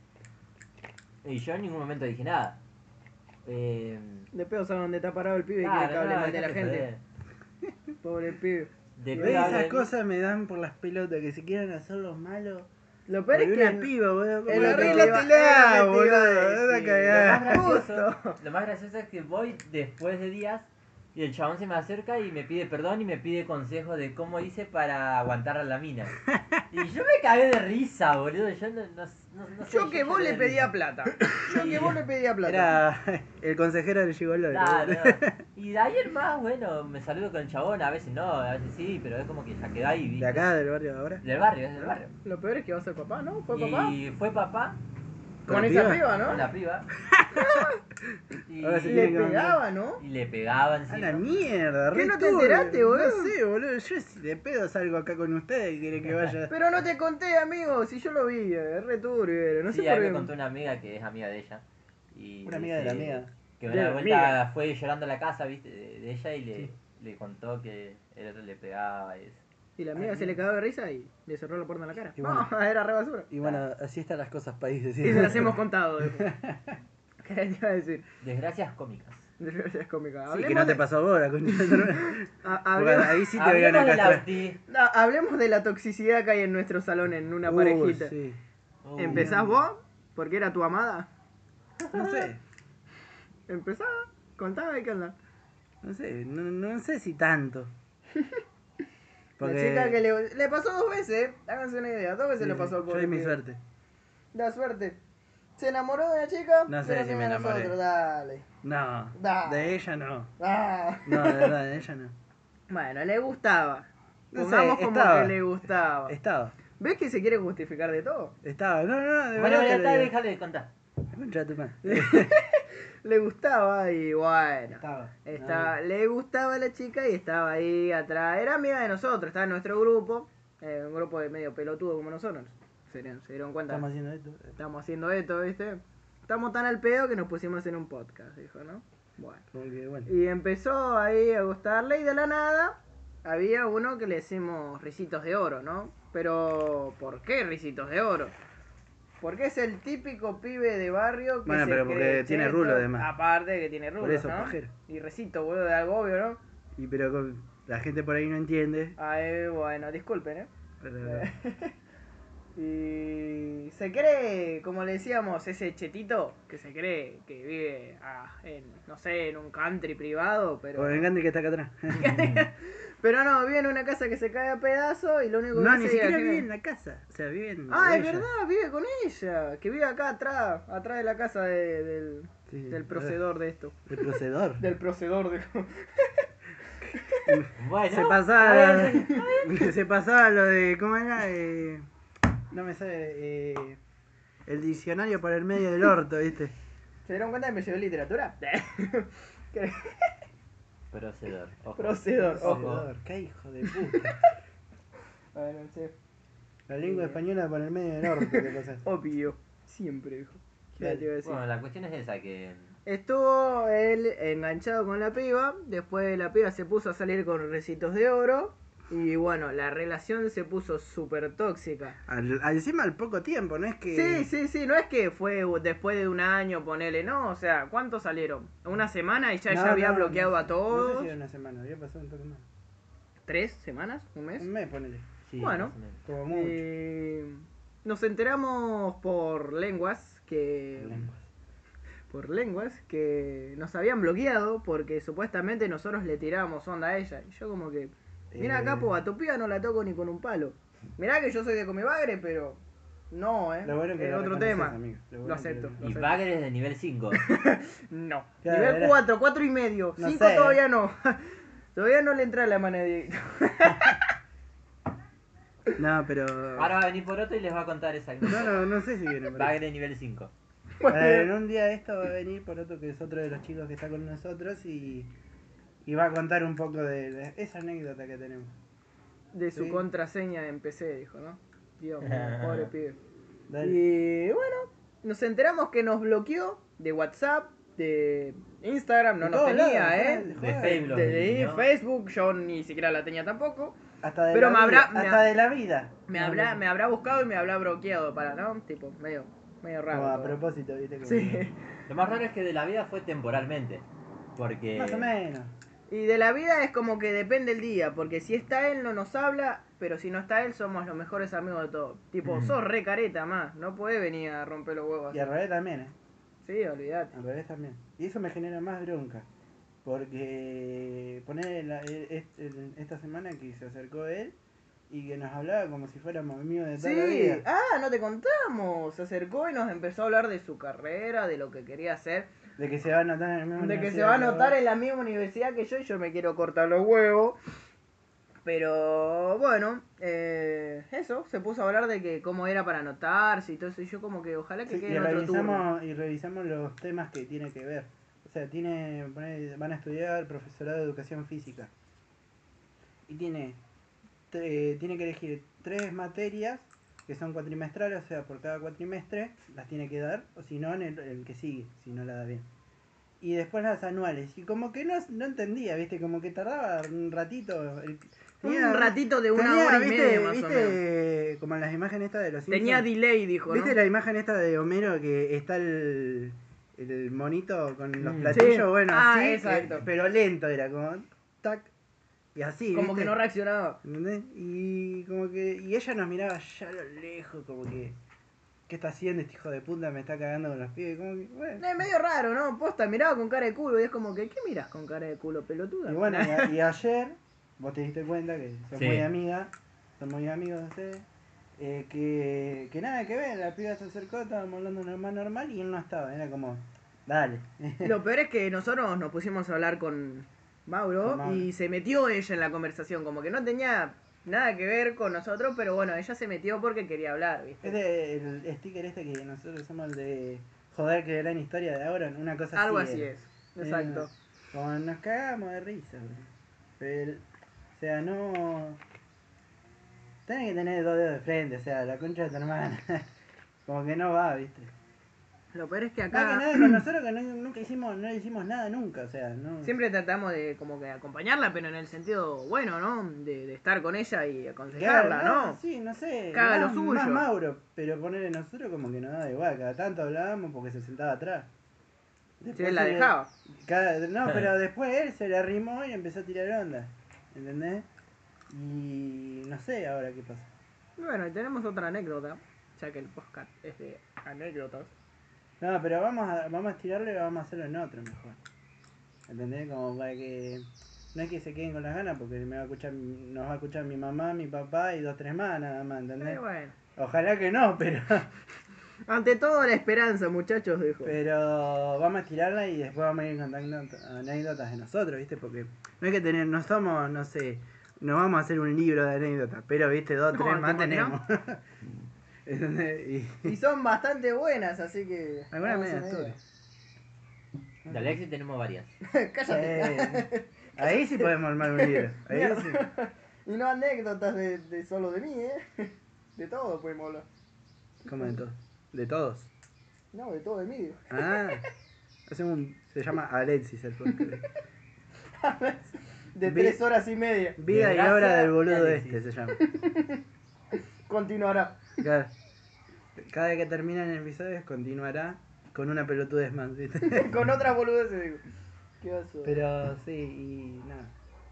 Y yo en ningún momento dije nada. Eh, De pedo sabe dónde está parado el pibe y claro, quiere que hable no, mal de la dejate gente. joder. Pobre pibe. De Y pedo habla de esas mí. cosas me dan por las pelotas, que se quieran hacer los malos. Lo peor Porque es que. una piba, boludo. es lo que te iba- Arréglatelá, es lo que te iba a boludo. decir. anda a Lo cagar. más, gracioso, lo más gracioso es que voy después de días y el chabón se me acerca y me pide perdón y me pide consejos de cómo hice para aguantar a la mina. Y yo me cagué de risa, boludo. Yo no, no, no, no sé, Yo que vos lloré le de pedía risa. plata. Yo que vos le pedía plata. Era el consejero del gigoló. Claro, y de ahí en más, bueno, me saludo con el chabón, a veces no, a veces sí, pero es como que ya quedó ahí, ¿viste? De acá, del barrio de ahora. Del barrio, es del barrio. Lo peor es que va a ser papá, ¿no? ¿Fue papá? Y fue papá ¿Con Con la esa piba? piba, con ¿no? la piba. Y, Ahora se Le tiene que pegaba, ¿no? y le pegaba A encima. la mierda, ¿Qué re no te turbio. enteraste, boludo? No sé, boludo. Yo si de pedo salgo acá con ustedes y quieren que vaya. Pero no te conté, amigo, si yo lo vi, es re turbio, era, no Sí, sé a por mí qué. me contó una amiga que es amiga de ella. Y Una le amiga de la dice amiga. Que De una la vuelta amiga. fue llorando a la casa, viste, de, de ella y le, Sí. le contó que el otro le pegaba y eso. Y la Ay, amiga se le mierda. cagó de risa y le cerró la puerta en la cara. Y No, bueno. era re basura. Y bueno, así están las cosas países. Y se las hemos contado. después. ¿Qué te iba a decir? Desgracias cómicas. Desgracias cómicas. Sí, Hablemos que no te de- pasó a vos, la concha de tu hermana. a- Porque hablemos, ahí sí te veían a Hablemos del castrar. auti. no, hablemos de la toxicidad que hay en nuestro salón en una Uh, parejita. sí. Uh, ¿Empezás vos? ¿Porque era tu amada? No sé, ¿Empezá? Contame qué onda. no sé, no, no sé si tanto. La chica que le, le pasó dos veces, háganse una idea, dos veces Sí, le sí, pasó al yo pobre di mi pibe. suerte. Da suerte. Se enamoró de la chica, No sé pero si se me a enamoré. nosotros, dale. No, Da. de ella no. Ah. No, de verdad, de ella no. Bueno, le gustaba. No sé, Pongamos como estaba. que le gustaba. Estaba, ¿Ves que se quiere justificar de todo? estaba. No, no, no, de Bueno, verdad. ya te está, lo digo. déjale de contar. La concha de tu madre. Le gustaba y bueno. Estaba. Está, No, le gustaba a la chica y estaba ahí atrás. Era amiga de nosotros, estaba en nuestro grupo. eh, un grupo de medio pelotudo como nosotros. Se dieron, se dieron cuenta. estamos haciendo esto. Estamos haciendo esto, ¿viste? Estamos tan al pedo que nos pusimos a hacer un podcast, dijo, ¿no? Bueno. Como que, bueno. Y empezó ahí a gustarle y de la nada había uno que le decimos risitos de oro, ¿no? Pero, ¿por qué risitos de oro? Porque es el típico pibe de barrio que Bueno, se pero porque cree tiene cheto, rulo, además. Aparte de que tiene rulo, eso, ¿no? pajero. Y recito, boludo, de algo obvio, ¿no? Y pero con- la gente por ahí no entiende. Ay, bueno, disculpen, ¿eh? Pero- Y se cree, como le decíamos, ese chetito que se cree que vive ah, en, no sé, en un country privado, pero... O el grande que está acá atrás. pero no, vive en una casa que se cae a pedazos y lo único que No, hace ni es siquiera que- vive en la casa. O sea, vive en. Ah, es ella. verdad, vive con ella, que vive acá atrás, atrás de la casa de- del, Sí, del a procedor de esto. El procedor. Del procedor de... Bueno, Se pasaba. está bien. Se pasaba lo de. ¿Cómo era? Eh, no me sale. Eh, el diccionario por el medio del orto, ¿viste? ¿Se dieron cuenta que me llevé literatura? ¿Qué? Procedor. Ojo. Procedor, ojo. Procedor, qué hijo de puta. Bueno, sí. La lengua española por el medio del orto, ¿qué pasa? Obvio, siempre, hijo. ¿Qué Dale. te iba a decir? Bueno, la cuestión es esa, que Estuvo él enganchado con la piba, después la piba se puso a salir con recitos de oro y bueno, la relación se puso súper tóxica. Al, al- encima al poco tiempo, ¿no es que. Sí, sí, sí, no es que fue después de un año, ponele, no, o sea, ¿cuántos salieron? ¿Una semana y ya, No, ya había no, bloqueado no a sé- todos? No sé si era una semana, había pasado un toque más. ¿Tres semanas? ¿Un mes? Un mes, ponele. sí, Bueno. más o menos. Como mucho. Eh, nos enteramos por lenguas que... Lenguas. por lenguas que nos habían bloqueado porque supuestamente nosotros le tirábamos onda a ella. Y yo como que, mira Eh. capo, a tu piba no la toco ni con un palo. Mirá que yo soy de Comibagre, pero no, eh. Lo bueno que es lo otro reconoces, tema. amigo. Lo Lo bueno que acepto. lo- lo Y acepto. Bagger es de nivel cinco. No. Claro, Nivel era- cuatro, cuatro y medio. No cinco sé, todavía eh. no. Todavía no le entra la mano de Dieguito. No, pero. Ahora va a venir por otro y les va a contar esa No, no, no sé si viene por ahí. Bagger de nivel cinco. Eh, en un día esto va a venir por otro que es otro de los chicos que está con nosotros y, y va a contar un poco de, de esa anécdota que tenemos. De su Sí. contraseña en P C, dijo, ¿no? Dios mío, pobre pibe. Dale. Y bueno, nos enteramos que nos bloqueó de WhatsApp, de Instagram, no De nos todos tenía, lados, ¿eh? de De joder. Facebook. De, de eliminó. Facebook, yo ni siquiera la tenía tampoco. Hasta de Pero la me vida, habrá- me hasta ha- de la vida. Me, No, habrá, no. me habrá buscado y me habrá bloqueado para, ¿no? Tipo, medio, medio raro. Como a todo. propósito, viste. Como Sí. Lo más raro es que de la vida fue temporalmente. Porque. Más o menos. Y de la vida es como que depende el día, porque si está él no nos habla, pero si no está él somos los mejores amigos de todos. Tipo, Mm. sos re careta más, no podés venir a romper los huevos Y así. al revés también, eh. Sí, olvidate. Al revés también. Y eso me genera más bronca. Porque poner la- el- este- el- esta semana que se acercó él y que nos hablaba como si fuéramos amigos de toda la Sí, vida. ah, no te contamos. Se acercó y nos empezó a hablar de su carrera, de lo que quería hacer, De que se va a anotar en el mismo de que se va a anotar en la misma universidad que yo y yo me quiero cortar los huevos. Pero bueno, eh, eso, se puso a hablar de que cómo era para anotarse y todo eso. Y yo como que ojalá que Sí, quede y en otro turno. revisamos, y revisamos los temas que tiene que ver. O sea, tiene poner- van a estudiar profesorado de educación física. Y tiene, tre- tiene que elegir tres materias, que son cuatrimestrales, o sea, por cada cuatrimestre las tiene que dar, o si no, en el, el que sigue, si no la da bien. Y después las anuales, y como que no, no entendía, ¿viste? Como que tardaba un ratito. El, Un ratito de una tenía, hora y ¿viste? media más ¿viste? o menos. Como en las imágenes estas de los Tenía Simpsons. delay, dijo, ¿Viste ¿no? la imagen esta de Homero que está el, el monito con los Mm. platillos? Sí. Bueno, Ah, así, exacto. eh, pero lento era, como tac, y así, Como ¿viste? que no reaccionaba. ¿Entendés? Y como que, y ella nos miraba ya a lo lejos, como que, ¿qué está haciendo este hijo de puta? Me está cagando con los pibes, como que, bueno. Es medio raro, ¿no? Posta, miraba con cara de culo y es como que, ¿qué miras con cara de culo, pelotuda? Y bueno, y, a- y ayer, vos te diste cuenta que son Sí. muy amigas, son muy amigos de ustedes, eh, que, que nada que ver, la piba se acercó, estábamos hablando normal, normal, y él no estaba, era como, dale. Lo peor es que nosotros nos pusimos a hablar con Mauro, Con Mauro. y se metió ella en la conversación, como que no tenía nada que ver con nosotros, pero bueno, ella se metió porque quería hablar, ¿viste? Es de, el sticker este que nosotros somos el de joder que gran historia de ahora, una cosa Algo así. así era. es, exacto. Era como nos cagamos de risa, bro. Pero, o sea, no. Tenés que tener dos dedos de frente, o sea, la concha de tu hermana. Como que no va, viste. Lo peor es que Más que acá nada con nosotros que no, nunca hicimos, no le hicimos nada nunca, o sea, no. siempre tratamos de como que acompañarla, pero en el sentido bueno, ¿no? De, de estar con ella y aconsejarla, Claro, ¿no? Sí, no sé. Caga lo más, suyo. más Mauro, pero ponerle nosotros como que nos da igual, cada tanto hablábamos porque se sentaba atrás. Si él la se le- dejaba. cada- no, pero después él se le arrimó y empezó a tirar onda, ¿entendés? Y no sé ahora qué pasa. Bueno, y tenemos otra anécdota, ya que el podcast es de anécdotas. No, pero vamos a, vamos a estirarlo y vamos a hacerlo en otro mejor. ¿Entendés? Como para que no es que se queden con las ganas porque me va a escuchar, nos va a escuchar mi mamá, mi papá y dos, tres más nada más, ¿entendés? Eh, bueno. Ojalá que no, pero Ante todo la esperanza, muchachos, dijo. pero vamos a estirarla y después vamos a ir contando anécdotas de nosotros, ¿viste? Porque no hay que tener, no somos, no sé, no vamos a hacer un libro de anécdotas, pero, ¿viste? Dos, No, tres más ¿cómo que tenemos. ¿Entendés? Y Y son bastante buenas, así que... alguna háganse media una idea. De Alexis tenemos varias. Cállate. Eh, ahí sí podemos armar un libro. Ahí Mierda. sí. Y no anécdotas de, de solo de mí, ¿eh? De todo podemos hablar. ¿Cómo de todos? ¿De todos? No, de todo de mí, digo. Ah, hacemos un, se llama Alexis el podcast. De Vi- tres horas y media. Vida y Desgracia obra del de boludo Alexis. este se llama. Continuará. Cada, cada vez que termina el episodio continuará con una pelotudez más, ¿viste? Con otras boludeces, digo. ¿Qué oso? Pero sí, y nada.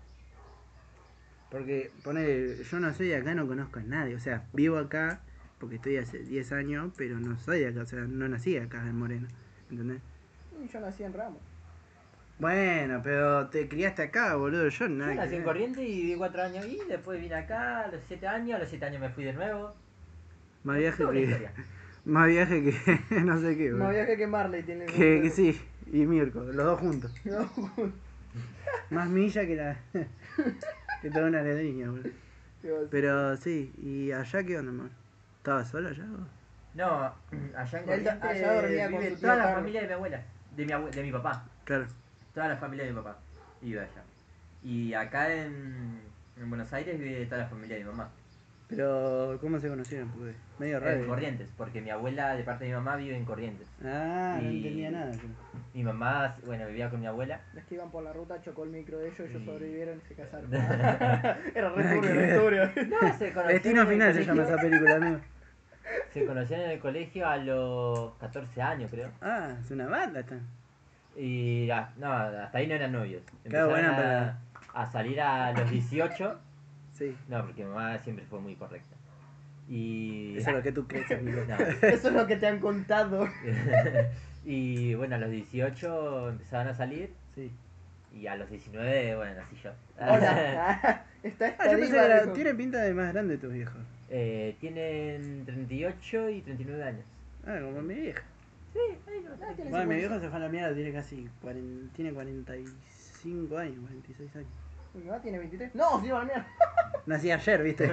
Porque, pone, yo no soy de acá, no conozco a nadie. O sea, vivo acá porque estoy hace diez años, pero no soy de acá. O sea, no nací acá en Moreno. ¿Entendés? Y yo nací en Ramos. Bueno, pero te criaste acá, boludo. Yo nada. Yo que nací en ver. Corrientes y viví cuatro años y después vine acá a los siete años, a los siete años me fui de nuevo. Más viaje Toda una que. historia. Más viaje que. no sé qué, Más boludo. viaje que Marley tiene. Que, que sí, y Mirko, los dos juntos. No, Más milla que la. que toda una ladriña, boludo. qué oso. Pero sí, ¿y allá qué onda, man? ¿Estabas sola allá vos? No, allá en Él Corrientes allá dormía con vive su tío toda la Carlos. familia de mi abuela, de mi, abue- de mi papá. Claro. Toda la familia de mi papá vive allá. Y acá en, en Buenos Aires vive toda la familia de mi mamá. Pero, ¿cómo se conocieron? Porque medio raro. En Corrientes, porque mi abuela de parte de mi mamá vive en Corrientes. Ah, no Y- entendía nada. yo. Mi mamá, bueno, vivía con mi abuela. Es que iban por la ruta, chocó el micro de ellos, ellos Y- sobrevivieron y se casaron. Nada Era re Nada turbio que la ver. historia. No, se conocieron Destino en el final se colegio- llama esa película, amigo. Se conocieron en el colegio a los catorce años, creo. Ah, es una banda esta. Y ah, no, hasta ahí no eran novios. Claro, Empezaron bueno, a, a salir a los dieciocho. Sí. No, porque mi mamá siempre fue muy correcta. Y. Eso es lo que tú crees, amigo. No. Eso es lo que te han contado. Y bueno, a los dieciocho empezaron a salir. Sí. Y a los diecinueve, bueno, nací yo. Hola. Está esta Ah, yo pensé diva, que era- dijo. tiene pinta de más grande tus viejos. Eh, tienen treinta y ocho y treinta y nueve años. Ah, como mi vieja. Sí, ahí no, Ah, tiene Bueno, mi cincuenta. viejo se fue a la mierda, tiene casi cuarenta, tiene cuarenta y cinco años, cuarenta y seis años. Mi mamá tiene veintitrés. No, sí, va a la mierda. Nací ayer, viste.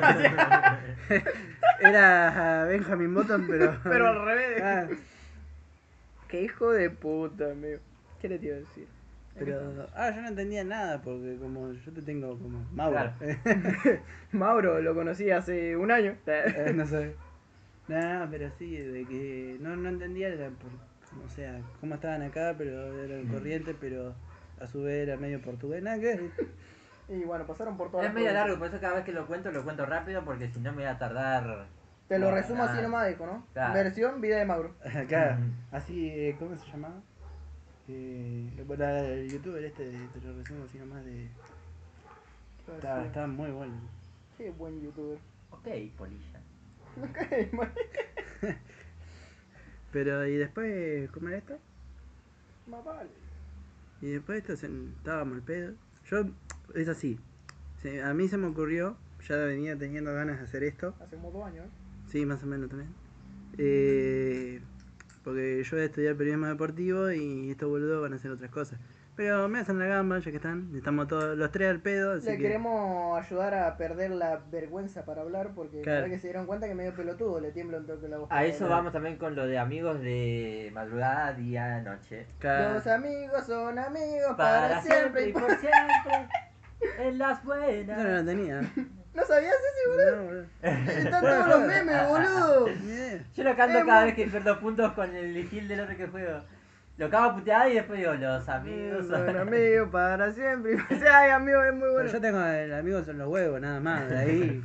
Era Benjamin Button, pero. Pero al revés. Ah, Qué hijo de puta, amigo. ¿Qué le te iba a decir? pero. Ah, yo no entendía nada, porque como yo te tengo como Mauro. Claro. Mauro lo conocí hace un año. Eh, no sé. No, no, pero sí, de que no, no entendía, era por, o sea, cómo estaban acá, pero era Mm. corriente, pero a su vez era medio portugués. Nada que ver. Y bueno, pasaron por todas Es las medio provincias. largo, por eso cada vez que lo cuento, lo cuento rápido porque si no me voy a tardar. Te lo Bueno, resumo así nada. nomás, dijo, ¿no? Claro. Versión Vida de Mauro. Acá, Mm. así, eh, ¿cómo se llamaba? Eh, la- el youtuber este, de- te lo resumo así nomás de... Estaba, estaba muy bueno. Qué buen youtuber. Ok, polilla. Ok, man. Pero, ¿y después cómo era esto? Más vale. Y después esto se, estábamos al pedo. Yo, es así, se- a mí se me ocurrió, ya venía teniendo ganas de hacer esto. Hace como dos años, ¿eh? Sí, más o menos también. Eh, porque yo voy a estudiar periodismo deportivo y estos boludos van a hacer otras cosas. Pero me hacen la gamba, ya que están. Estamos todos los tres al pedo, así Le que... queremos ayudar a perder la vergüenza para hablar porque Claro. la verdad que se dieron cuenta que medio pelotudo le tiembla un toque la voz. A para eso hablar. vamos también con lo de amigos de madrugada, día, noche. Cada- Los amigos son amigos Para, para, siempre siempre. y por siempre. En las Yo no la buenas. tenía. ¿No sabías ese, boludo? No, boludo. Están todos los memes, boludo. Ni idea. Yo lo canto Eh, cada mu- vez que pierdo puntos con el gil del otro que juego. Lo cago a puteada y después digo, los amigos Son amigos para siempre. O sea, ay, amigo, es muy Pero bueno. yo tengo el amigo son los huevos, nada más, de ahí.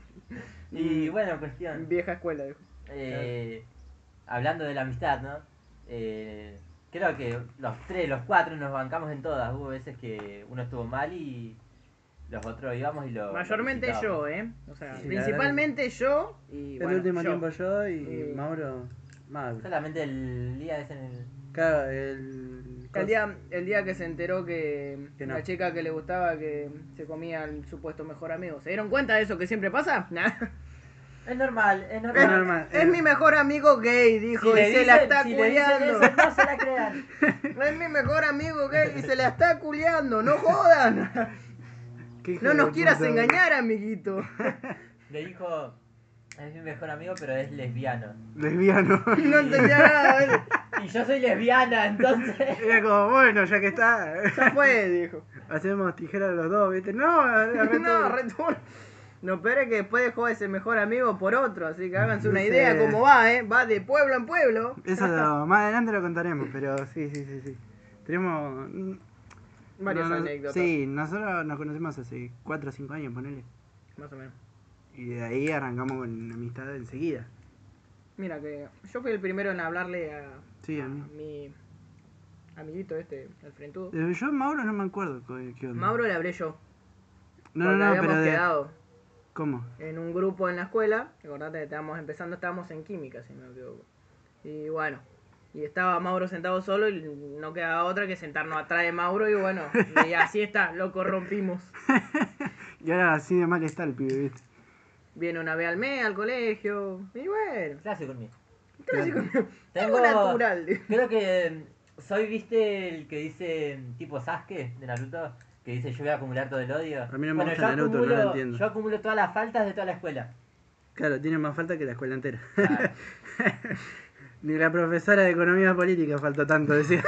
Y bueno, cuestión. Vieja escuela, dijo. Eh, hablando de la amistad, ¿no? Eh, creo que los tres, los cuatro nos bancamos en todas. Hubo veces que uno estuvo mal y los otros íbamos y lo. Mayormente lo visitábamos. yo, ¿eh? O sea, Sí, la principalmente yo y el bueno, último yo. tiempo yo y Y- Mauro, Mauro. Solamente el día ese en el. Claro, el. El día, el día que se enteró que, Que no. la chica que le gustaba que se comía al supuesto mejor amigo. ¿Se dieron cuenta de eso que siempre pasa? Nah. Es normal, es Es, normal. Es normal. es mi mejor amigo gay, dijo, Si y le se la dicen- está si le dicen culiando. eso, no se la crean. Es mi mejor amigo gay y se la está culiando, no jodan. Qué hijo No de nos puta, quieras boludo. engañar, amiguito. Le dijo, es mi mejor amigo, pero es lesbiano. Lesbiano. No entendía nada, él. Y yo soy lesbiana, entonces. Era como, bueno, ya que está. Ya fue, dijo. Hacemos tijera los dos, ¿viste? No, arre No, todo. retorno. No, pero es que después dejó ese mejor amigo por otro, así que háganse una No idea sé. cómo va, ¿eh? Va de pueblo en pueblo. Eso lo- más adelante lo contaremos, pero sí, sí, sí, sí. Tenemos. mm, Varias no, no, anécdotas. Sí, nosotros nos conocemos hace cuatro o cinco años, ponele. Más o menos. Y de ahí arrancamos con amistad enseguida. Mira que yo fui el primero en hablarle a, Sí, a a mí. mi amiguito este, el frentudo. Eh, Yo, Mauro, no me acuerdo co- qué onda. Mauro le hablé yo. No, porque no, no, habíamos pero de. quedado ¿Cómo? en un grupo en la escuela. Acordate que estábamos empezando, estábamos en química, si no me equivoco. Y bueno, y estaba Mauro sentado solo y no quedaba otra que sentarnos atrás de Mauro y bueno, y así está, lo corrompimos. Y ahora así de mal está el pibe, ¿viste? Viene una vez al mes al colegio y bueno, Clase conmigo. clásico. Tengo- Algo natural. Creo que mm, soy, viste, el que dice mm, tipo Sasuke de Naruto, que dice yo voy a acumular todo el odio. A mí no me Bueno, gusta yo Naruto, no lo acumulo- entiendo. Yo acumulo todas las faltas de toda la escuela. Claro, tiene más falta que la escuela entera. Claro. Ni la profesora de economía política faltó tanto, decía.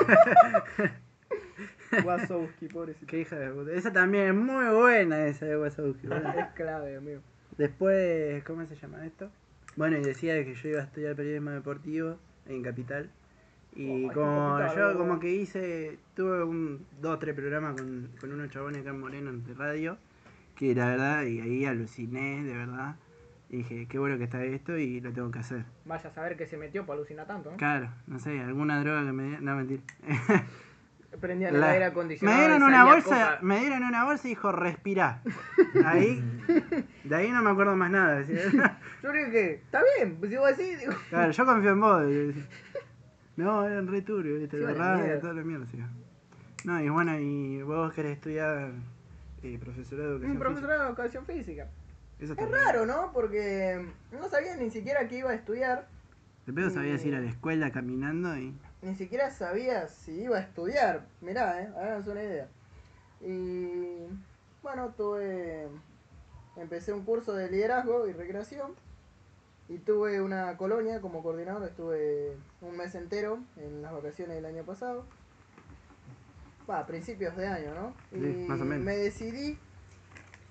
Wazowski, pobrecito. Qué hija de puta. Esa también es muy buena, esa de Wazowski. boludo. Es clave, amigo. Después, ¿cómo se llama esto? Bueno, y decía que yo iba a estudiar periodismo deportivo en Capital. Y Oh, como Capital, yo boludo. como que hice, tuve un dos o tres programas con, con unos chabones acá en Moreno de radio, que la verdad, y ahí aluciné, de verdad. Y dije, qué bueno que está esto y lo tengo que hacer. Vaya a saber que se metió para alucinar tanto, ¿no? Claro, no sé, alguna droga que me dieron, no mentir. Prendían el La- aire me acondicionado. dieron y una salía bolsa, coca. me dieron una bolsa y dijo, respirá. Ahí, de ahí no me acuerdo más nada. decía. Yo creo que está bien, pues si vos decís, digo. Claro, yo confío en vos. decía. No, eran re turbios, viste, Sí, la vale, radio, mierda. toda la mierda. sí. No, y bueno, y vos querés estudiar eh, profesorado de educación Un profesor de educación física. física. Eso está Es bien. raro, ¿no? Porque no sabía ni siquiera que iba a estudiar. De pedo sabías ir a la escuela caminando y... Ni siquiera sabía si iba a estudiar. Mirá, eh, háganse una idea. Y bueno, tuve. Empecé un curso de liderazgo y recreación. Y tuve una colonia como coordinador. Estuve un mes entero en las vacaciones del año pasado. Va, a principios de año, ¿no? Y Sí, más o menos. me decidí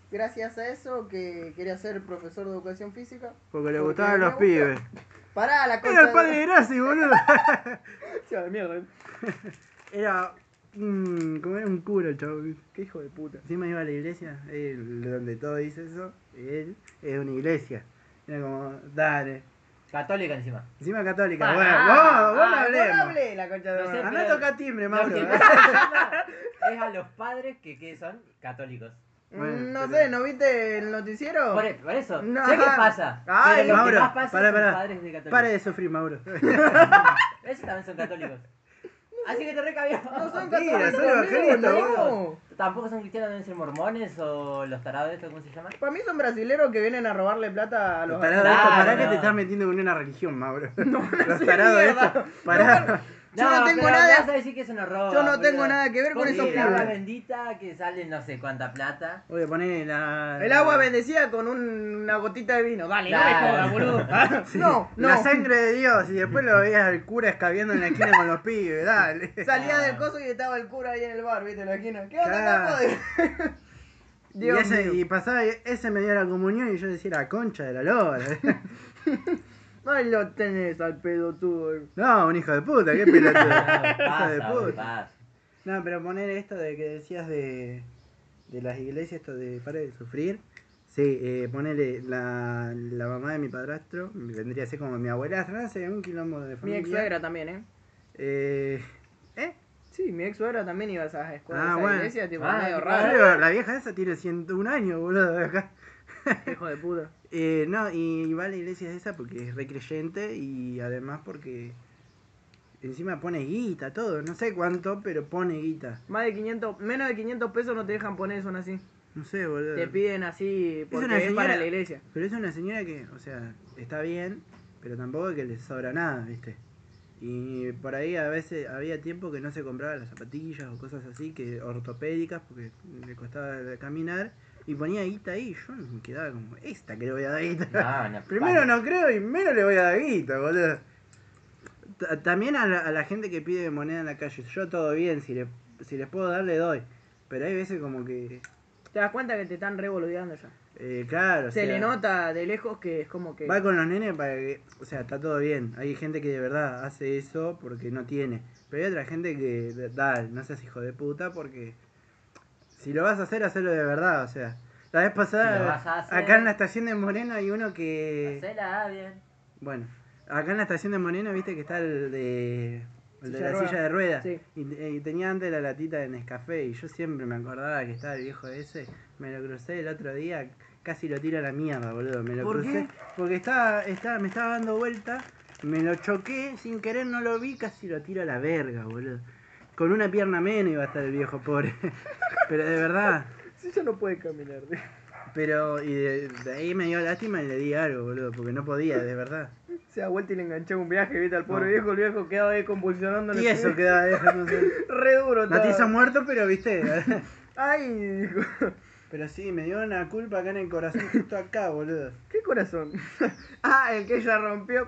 gracias a eso que quería ser profesor de educación física. Porque le Porque gustaban me los gusta. pibes. Pará, la concha Era el padre de Graci, boludo. de... de mierda. Era. Mm, como era un cura el chavo. Qué hijo de puta. Encima iba a la iglesia, él, donde todo dice eso, él es una iglesia. Era como, dale. Católica encima. Encima católica, Ah, bueno, ah, vos, vos no Ah, hablemos. no hablé, la concha de No sé, madre. Andá a tocar timbre, Lo Mauro. que me está diciendo es a los padres que, que son católicos. Bueno, Mm, no pero- sé, ¿no viste el noticiero? Por, e- por eso, No. sé qué pasa. Ay, pero lo Mauro, que más pasa pará, son pará. padres de católicos. Para de sufrir, Mauro. Esos también son católicos. Así que te recabió. No son Mentira, católicos, son evangelistas, amigo, boludo. no. Tampoco son cristianos, deben ser mormones o los tarados de esto, ¿cómo se llama? Para mí son brasileros que vienen a robarle plata a los... Los tarados Claro, estos, pará no. que te estás metiendo con una religión, Mauro. Los sí, tarados mierda. estos, pará. Yo no tengo pero nada- me vas a decir que es un horror. Yo no tengo boludo. nada que ver con Sí, esos el agua pibes. bendita que sale no sé cuánta plata. Voy a poner la... El agua bendecida con un- una gotita de vino. Dale, Claro. no me jodas, boludo. Ah, Sí, No, no. La sangre de Dios, y después lo veías al cura escabeando en la esquina con los pibes, dale. Salía Ah. del coso y estaba el cura ahí en el bar, ¿viste? En la esquina. ¿Qué onda, Claro. capo? Y, Dios ese, mío. y pasaba, ese me dio la comunión y yo decía la concha de la lora. Ahí lo tenés al pelotudo. No, un hijo de puta, qué pelotudo. Claro, Hijo de pasa, boludo, puta. pasa. No, pero poner esto de que decías de, de las iglesias, esto de pare de sufrir. Sí, eh, ponerle la, la mamá de mi padrastro, vendría a ser como mi abuela, hace un quilombo de Mi familia. ex suegra también, ¿eh? Eh, ¿Eh? Sí, mi ex suegra también iba a esa escuela, Ah, a esa bueno. iglesia, tipo, Ah, medio qué raro. Pero la vieja esa tiene ciento un años, boludo, de acá. Hijo de puta. Eh, no, y va a la iglesia esa porque es re creyente y además porque encima pone guita, todo, no sé cuánto, pero pone guita. Más de quinientos, menos de quinientos pesos no te dejan poner, son así. No sé, boludo. Te piden así porque una es, señora- para la iglesia. Pero es una señora que, o sea, está bien, pero tampoco es que le sobra nada, ¿viste? Y por ahí a veces había tiempo que no se compraba las zapatillas o cosas así, que ortopédicas, porque le costaba caminar, y ponía guita ahí, yo me quedaba como, esta que le voy a dar guita. No, no, Primero vale. no creo y menos le voy a dar guita, boludo. T- También a la, a la gente que pide moneda en la calle, yo todo bien, si, le, si les puedo dar, le doy. Pero hay veces como que, Te das cuenta que te están revoludeando ya. eh, claro, o Se sea, le nota de lejos que es como que... va con los nenes para que, o sea, está todo bien. Hay gente que de verdad hace eso porque no tiene. Pero hay otra gente que, dale, no seas hijo de puta porque si lo vas a hacer, hacelo de verdad, o sea. La vez Si lo pasada, vas a hacer- acá en la estación de Moreno hay uno que... Hacela bien. Bueno, acá en la estación de Moreno, viste que está el de, el de Silla de la ruedas. silla de ruedas. Sí. Y, y tenía antes la latita de Nescafé. Y yo siempre me acordaba que estaba el viejo ese. Me lo crucé el otro día, casi lo tiro a la mierda, boludo. Me lo ¿Por crucé qué? porque estaba, estaba, me estaba dando vuelta. Me lo choqué, sin querer no lo vi, casi lo tiro a la verga, boludo. Con una pierna menos iba a estar el viejo pobre. Pero de verdad. Sí, ya no puede caminar. Pero, y de, de ahí me dio lástima y le di algo, boludo, porque no podía, de verdad. Se da vuelta y le enganché un viaje, viste, al pobre No. viejo. El viejo quedaba ahí convulsionando. en Y el eso piso. quedaba dejando. Re duro No te estaba. hizo muerto, pero viste. Ay, dijo. Pero sí, me dio una culpa acá en el corazón, justo acá, boludo. ¿Qué corazón? Ah, el que ella rompió.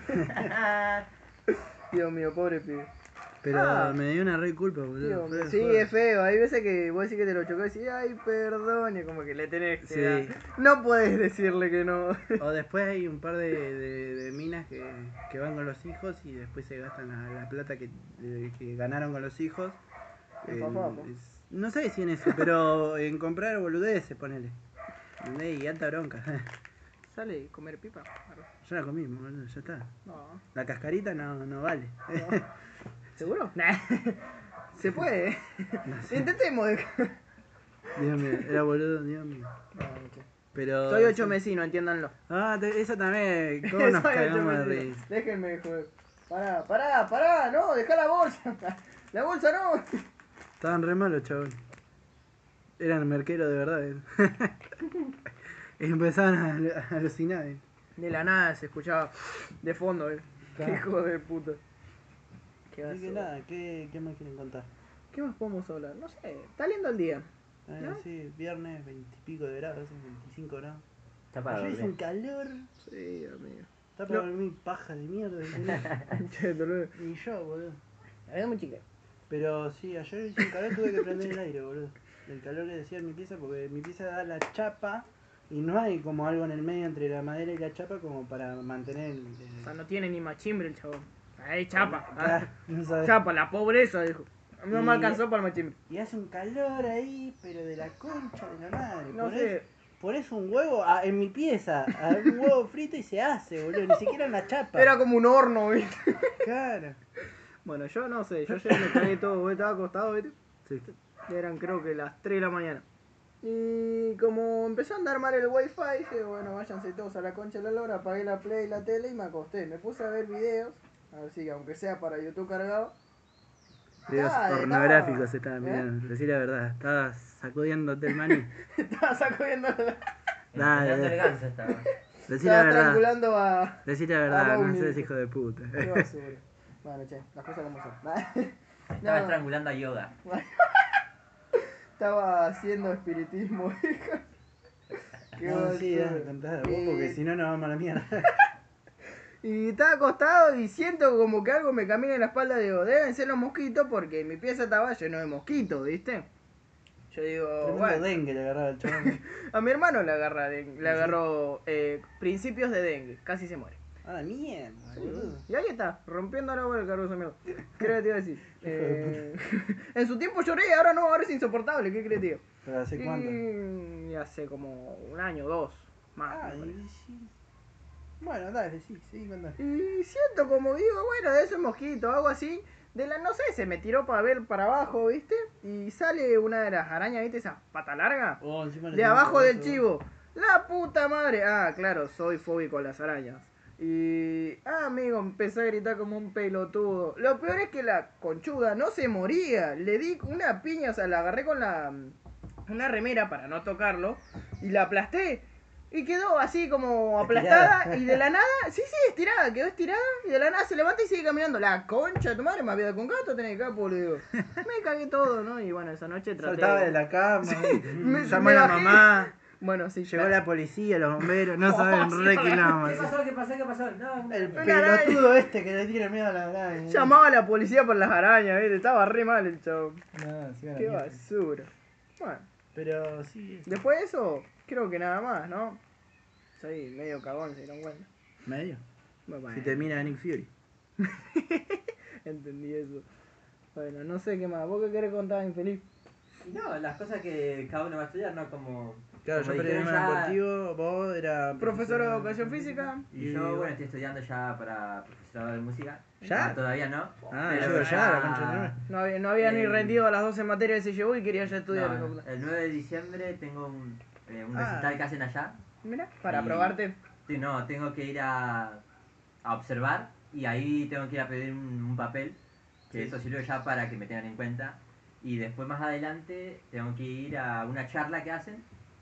Dios mío, pobre pibe. Pero Ah. me dio una re culpa, boludo. Dios Fue mío. de Sí, joda. es feo. Hay veces que vos decís que te lo chocó y decís, ay, perdón. Y como que le tenés que Sí. dar. No puedes decirle que no. O después hay un par de, de, de minas que, que van con los hijos y después se gastan la, la plata que, de- que ganaron con los hijos. En En- papá. es- no sé si en eso, pero en comprar boludeces, ponele. ¿Entendés? Y alta bronca. Sale y comer pipa. Ya la comimos, boludo, ya está. No. La cascarita no, no vale. ¿Seguro? Nah. Se puede, ¿eh? No sé. Intentemos. Dios mío, era boludo, Dios mío. Pero. Soy ocho sí. mesino, entiéndanlo. Ah, te- eso también. ¿Cómo nos Soy ocho cagamos de mesino. risa? Déjenme joder. Pará, pará, pará, no, dejá la bolsa. La bolsa no. Estaban re malos, chabón. Eran merqueros de verdad. eh. Y empezaban a, alu- a alucinar. eh. De la nada se escuchaba de fondo, eh. Qué Claro. hijo de puta. Qué Así que basura. nada, ¿qué, ¿qué más quieren contar? ¿Qué más podemos hablar? No sé, está lindo el día. Ah, ¿No? sí, viernes, veintipico de grados, veinticinco grados. Está para Ayer hizo un dormir. calor. Sí, amigo. Está para No. dormir paja de mierda. ¿entendés? Che, dolor. Y yo, boludo. La verdad muy chica. Pero sí, ayer hizo un calor, tuve que prender el aire, boludo. del calor que decía en mi pieza, porque mi pieza da la chapa y no hay como algo en el medio entre la madera y la chapa como para mantener el... el- O sea, no tiene ni machimbre el chabón. Ahí chapa. Ah, no sabes. Chapa, la pobreza, dijo. No me Y- alcanzó para el machimbre. Y hace un calor ahí, pero de la concha de la madre. No Ponés- sé. Ponés un huevo ah, en mi pieza, a un huevo frito y se hace, boludo. Ni siquiera una chapa. Era como un horno, ¿viste? Claro. Bueno, yo no sé. Yo ya me cagué todo. ¿Viste? Estaba acostado, ¿viste? Sí. Eran creo que las tres de la mañana. Y como empezó a andar mal el wifi, dije, bueno, váyanse todos a la concha de la lora, apagué la play y la tele y me acosté. Me puse a ver videos, a ver si aunque sea para YouTube cargado. Videos Ah, pornográficos estaba- estaban ¿eh? mirando. Decir la verdad, estabas sacudiéndote el maní. Estaba sacudiendo la... Dale, Entrenando el dale. ganso estaba. Decir la Estaba verdad. estrangulando a... Decir la a verdad, no Bounty. seas hijo de puta. Qué basura. Bueno, che, las cosas como son. Estaba No, estrangulando a Yoga. estaba haciendo espiritismo, hija. Qué No, sí, basura. dale, contá vos, Y- porque si no nos vamos a la mierda. Y estaba acostado y siento como que algo me camina en la espalda. Digo, deben ser los mosquitos porque mi pieza estaba lleno de mosquitos, ¿viste? Yo digo, Tremendo bueno, dengue le agarraba el chabón. a mi hermano le, agarra den- le agarró eh, principios de dengue, casi se muere. Ah, la mierda, boludo. Y ahí está, rompiendo la bola el cargo de mierda. ¿Qué crees que te iba a decir? Eh, en su tiempo lloré, ahora no, ahora es insoportable, ¿qué crees, tío? ¿Pero hace cuánto? Y hace como un año, dos, más. Ah, me parece. y sí. Bueno, dale, sí, sí, contá. Y siento como digo, bueno, de ese mosquito, algo así. De la, no sé, se me tiró para ver para abajo, ¿viste? Y sale una de las arañas, ¿viste? Esa pata larga. Oh, encima le De tengo abajo un del brazo. chivo. La puta madre. Ah, claro, soy fóbico a las arañas. Y... Ah, amigo, empecé a gritar como un pelotudo. Lo peor es que la conchuda no se moría. Le di una piña, o sea, la agarré con la... Una remera para no tocarlo. Y la aplasté. Y quedó así como aplastada. Estirada. Y de la nada... Sí, sí, estirada. Quedó estirada. Y de la nada se levanta y sigue caminando. La concha de tu madre, me había con gato tenés acá, boludo. Me cagué todo, ¿no? Y bueno, esa noche traté... Saltaba de la cama, me- llamó me a la bajé. mamá, Bueno, sí, llegó la- la policía, los bomberos, no Oh, saben, sí, re hola. quilombo, ¿Qué así. pasó? ¿Qué pasó? ¿Qué pasó? No, una- El Una pelotudo este que le tiene miedo a la araña. Llamaba a la policía por las arañas, ¿viste? Estaba re mal el chavo. No, sí, a la Qué mierda. basura. Bueno, Pero sí, después de eso, creo que nada más, ¿no? Soy medio cagón, se dieron cuenta. medio. Bueno, Si te mira Nick Fury. entendí eso. Bueno, no sé qué más. ¿Vos qué querés contar, infeliz? Y no, las cosas que cada uno va a estudiar, no como. Claro, como yo dijeron periodismo ya- deportivo, vos era Profesor de educación física. Y yo, bueno, estoy estudiando ya para profesorado de música. ¿Ya? Ah, todavía no. Ah, pero yo ya, la concha de tu madre. No había, no había ni Eh, rendido las doce materias que se llevó y quería ya estudiar. No, hijo de puta. el nueve de diciembre tengo un, eh, un Ah. recital que hacen allá. Mira, para Y- probarte. Sí, no, tengo que ir a, a observar y ahí tengo que ir a pedir un, un papel, que Sí. eso sirve ya para que me tengan en cuenta. Y después más adelante tengo que ir a una charla que hacen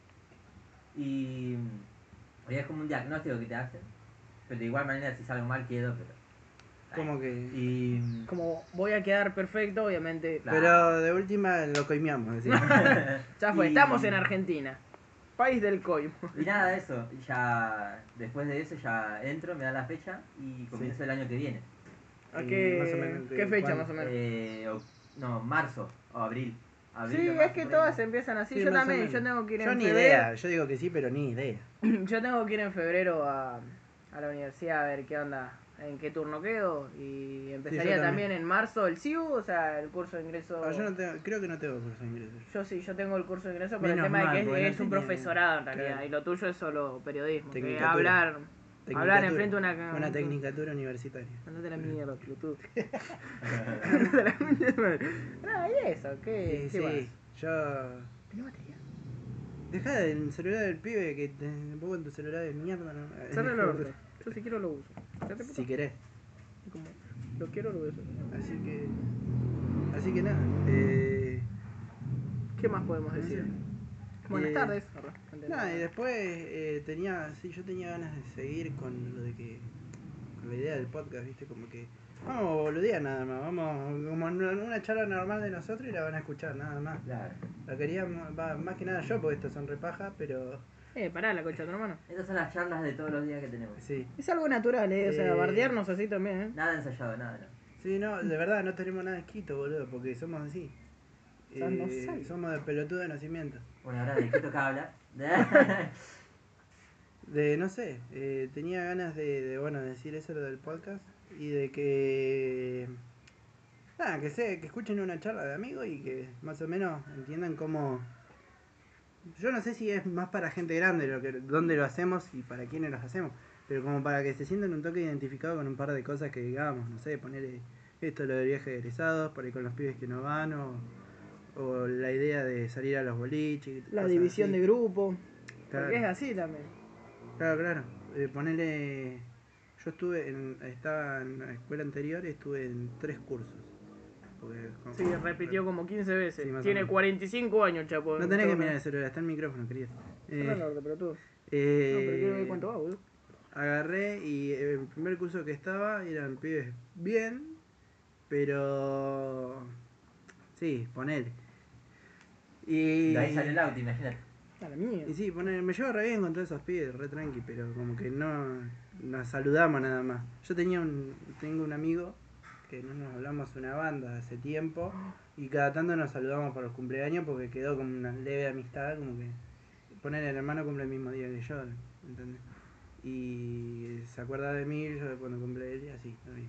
y, y es como un diagnóstico que te hacen. Pero de igual manera si salgo mal quedo, pero... Como que. Y... Como voy a quedar perfecto, obviamente. Claro. Pero de última lo coimeamos, así. Ya fue, Y- estamos en Argentina. País del coimo. Y nada, eso, ya después de eso ya entro, me dan la fecha y comienzo el año que viene. ¿A Y qué, más o menos, qué fecha ¿cuándo? más o menos? Eh, o- no, marzo o abril. Abril Sí, o es marzo, que por ahí. todas empiezan así. Sí, yo más o también, menos. yo tengo que ir Yo en ni febrero. idea, yo digo que sí, pero ni idea. Yo tengo que ir en febrero a, a la universidad a ver qué onda, en qué turno quedo. Y empezaría también. también en marzo el C I U, o sea, el curso de ingreso. Ah, yo no tengo, creo que no tengo curso de ingreso. Yo sí, yo tengo el curso de ingreso, pero Menos el tema mal, es que porque es, no un tenía- profesorado en realidad. claro. Y lo tuyo es solo periodismo. Que Tecnicatura. hablar, hablar Tecnicatura. enfrente de una... Una tecnicatura universitaria. Andate a la mierda, Bluetooth. Andate a la mierda. Ah, y eso, ¿qué, Sí, qué más? sí, yo... ¿Tenés batería? Deja el celular del pibe que te pongo en tu celular de mierda. ¿no? Cerra el orto. Yo si quiero lo uso. Fíjate, Si puto. querés. Como, lo quiero, lo uso. Así que... Así que nada. Eh... ¿Qué más podemos decir? Buenas Eh, tardes. Nada, y después eh, tenía... Sí, yo tenía ganas de seguir con lo de que... Con la idea del podcast, ¿viste? Como que... Vamos a boludear nada más. Vamos como en una una charla normal de nosotros y la van a escuchar nada más. Claro. La queríamos... Va, más que nada yo, porque estas son repajas, pero... Eh, pará la concha de tu hermano. Estas son las charlas de todos los días que tenemos. Sí. Es algo natural, eh. O sea, Eh, bardearnos así también, eh. Nada ensayado, nada, no. Sí, no, de verdad no tenemos nada escrito, boludo, porque somos así. sea, no Eh, sabe. somos de pelotudo de nacimiento. Bueno, ahora de qué tocaba hablar. De, no sé, eh, tenía ganas de, de, bueno, decir eso lo del podcast y de que, nada, que sé, que escuchen una charla de amigos y que más o menos entiendan cómo, yo no sé si es más para gente grande lo que, dónde lo hacemos y para quiénes los hacemos, pero como para que se sientan un toque identificado con un par de cosas que digamos, no sé, poner esto lo de viaje de egresados, por ahí con los pibes que no van o, o la idea de salir a los boliches. La cosas división así. de grupo. Claro. Porque es así también. Claro, claro. Eh, ponele. Yo estuve en. Estaba en la escuela anterior y estuve en tres cursos. Porque, como- Sí, repitió como quince veces. Sí, más o Tiene menos. cuarenta y cinco años, chapo. No tenés que mirar el celular, está el micrófono, querido. Eh, Eh, pero tú. eh, No, pero quiero ver cuánto va, boludo. Agarré y el primer curso que estaba eran pibes bien, pero. Sí, ponele. Y. De ahí salió el auto, imagínate. A la mía. Y sí, ponele, me llevo re bien con todos esos pibes, re tranqui, pero como que no nos saludamos nada más. Yo tenía un, tengo un amigo que no nos hablamos una banda hace tiempo y cada tanto nos saludamos por los cumpleaños porque quedó como una leve amistad, como que poner el hermano cumple el mismo día que yo, ¿entendés? Y se acuerda de mí yo cuando cumple él y así, también.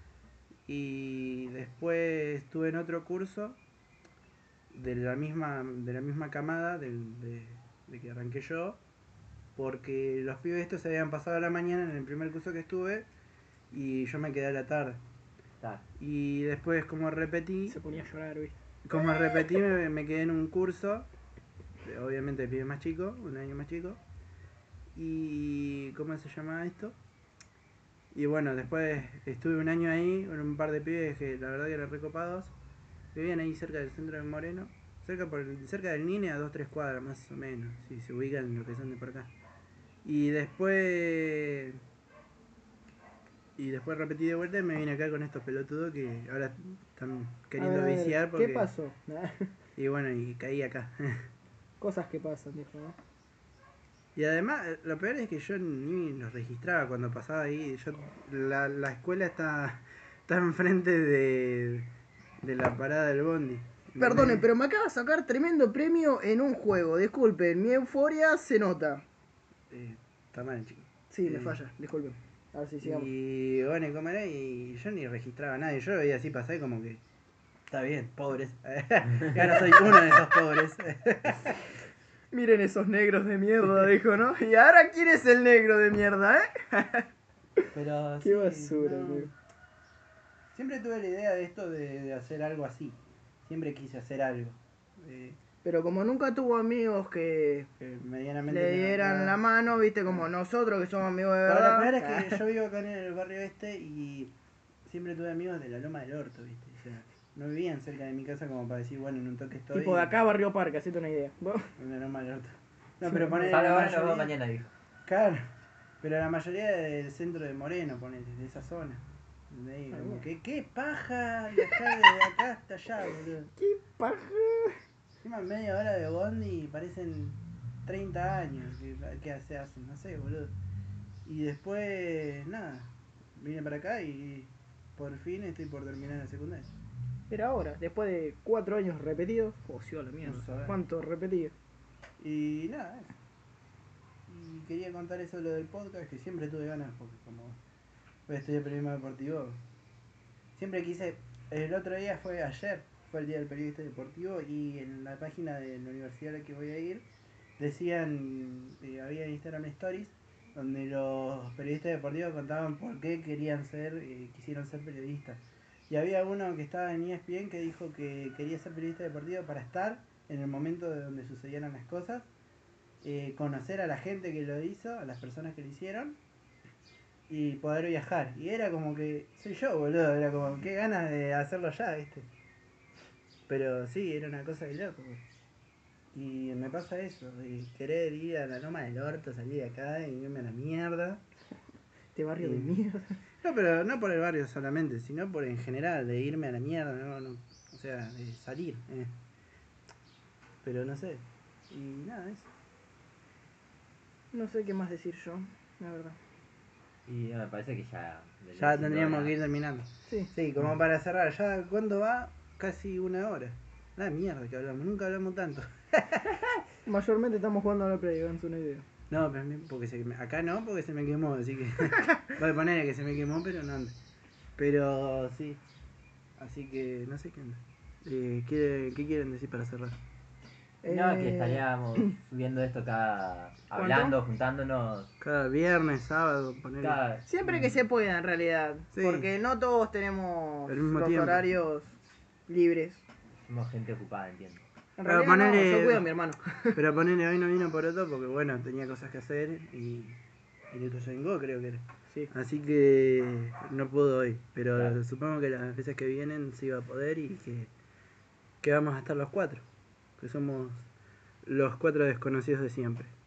Y después estuve en otro curso de la misma, de la misma camada del, de, de que arranqué yo, porque los pibes estos se habían pasado a la mañana en el primer curso que estuve y yo me quedé a la tarde. Claro. Y después como repetí, Se ponía a llorar, ¿viste? como repetí me, me quedé en un curso, de- obviamente de pibes más chicos, un año más chico. Y ¿cómo se llama esto? Y bueno, después estuve un año ahí con un par de pibes que la verdad que eran recopados. Vivían ahí cerca del centro de Moreno, cerca por cerca del Nine, a dos tres cuadras más o menos, si se ubican en lo que son de por acá. Y después y después repetí de vuelta y me vine acá con estos pelotudos que ahora están queriendo A ver, a ver, viciar porque ¿qué pasó? y bueno, y caí acá. Cosas que pasan, dijo, ¿no? Y además, lo peor es que yo ni los registraba cuando pasaba ahí. Yo, la, la escuela está, está enfrente de, de la parada del bondi. Perdonen, pero me acaba de sacar tremendo premio en un juego. Disculpen, mi euforia se nota. Eh, está mal, chico. Sí, me Eh, falla, disculpen. A ver si sigamos. Y bueno, y como era, y yo ni registraba a nadie. Yo lo veía así pasar y como que. Está bien, pobres. Y ahora soy uno de esos pobres. Miren esos negros de mierda, dijo, ¿no? Y ahora, ¿quién es el negro de mierda, eh? Pero Qué sí, basura, no. tío. Siempre tuve la idea de esto de, de hacer algo así. Siempre quise hacer algo. Eh, Pero como nunca tuvo amigos que que medianamente le me- dieran me- la mano, viste, como nosotros que somos amigos de Bueno, lo verdad. peor es que yo vivo acá en el barrio este y siempre tuve amigos de la Loma del Orto, ¿viste? O sea, no vivían cerca de mi casa como para decir, bueno, en un toque estoy. Tipo de acá, Barrio Parque, hacete una idea. ¿Vos? En la Loma del Orto. No, pero ponele Salgo la ahora y nos vemos mayoría. mañana, dijo. Claro, pero la mayoría del centro de Moreno, ponele, de esa zona. ¿Entendés? Ah, Como bien. que, qué paja viajar desde acá hasta allá, boludo. ¡Qué paja! Encima media hora de bondi y parecen treinta años que, que se hacen, no sé, boludo. Y después, nada, vine para acá y por fin estoy por terminar la secundaria. Pero ahora, después de cuatro años repetidos, oh, sí, a la mierda. No sabés. ¿Cuántos repetidos? Y nada, eso. Y quería contar eso lo del podcast, que siempre tuve ganas, porque como voy a estudiar periodismo deportivo, siempre quise, el otro día fue ayer, fue el día del periodista deportivo y en la página de la universidad a la que voy a ir, decían, eh, había Instagram Stories, donde los periodistas deportivos contaban por qué querían ser, eh, quisieron ser periodistas. Y había uno que estaba en E S P N que dijo que quería ser periodista deportivo para estar en el momento de donde sucedieran las cosas, eh, conocer a la gente que lo hizo, a las personas que lo hicieron y poder viajar. Y era como que, soy yo, boludo, era como, qué ganas de hacerlo ya, ¿viste? Pero sí, era una cosa de loco. Y me pasa eso, de querer ir a la Loma del Orto, salir de acá y irme a la mierda. Este barrio de Y- mierda. No, pero no por el barrio solamente, sino por en general, de irme a la mierda, no, no, o sea, de salir. Eh. Pero no sé. Y nada, eso. No sé qué más decir yo, la verdad. Y ya me parece que ya. vendría Ya siendo tendríamos hora. que ir terminando. Sí. Sí, como para cerrar, ya ¿cuándo va? Casi una hora. La mierda que hablamos, nunca hablamos tanto. Mayormente estamos jugando a la Play, háganse una idea. No, pero me- porque se, me- acá no, porque se me quemó, así que... Voy a poner que se me quemó, pero no anda. Pero sí, así que no sé qué onda. Eh, ¿qué, ¿Qué quieren decir para cerrar? No, que Eh, estaríamos subiendo esto cada. hablando, juntándonos. Cada viernes, sábado, poner... Cada. Siempre que se pueda, en realidad. Sí. Porque no todos tenemos Al mismo los tiempo. horarios libres. Somos gente ocupada, entiendo. En Pero realidad no, ponele- yo cuido a mi hermano. Pero ponerle hoy no vino por otro porque bueno, tenía cosas que hacer y... Y Lito Go creo que era. Sí. Así que no puedo hoy, pero Claro. supongo que las veces que vienen sí va a poder y que, que vamos a estar los cuatro, que somos los cuatro desconocidos de siempre.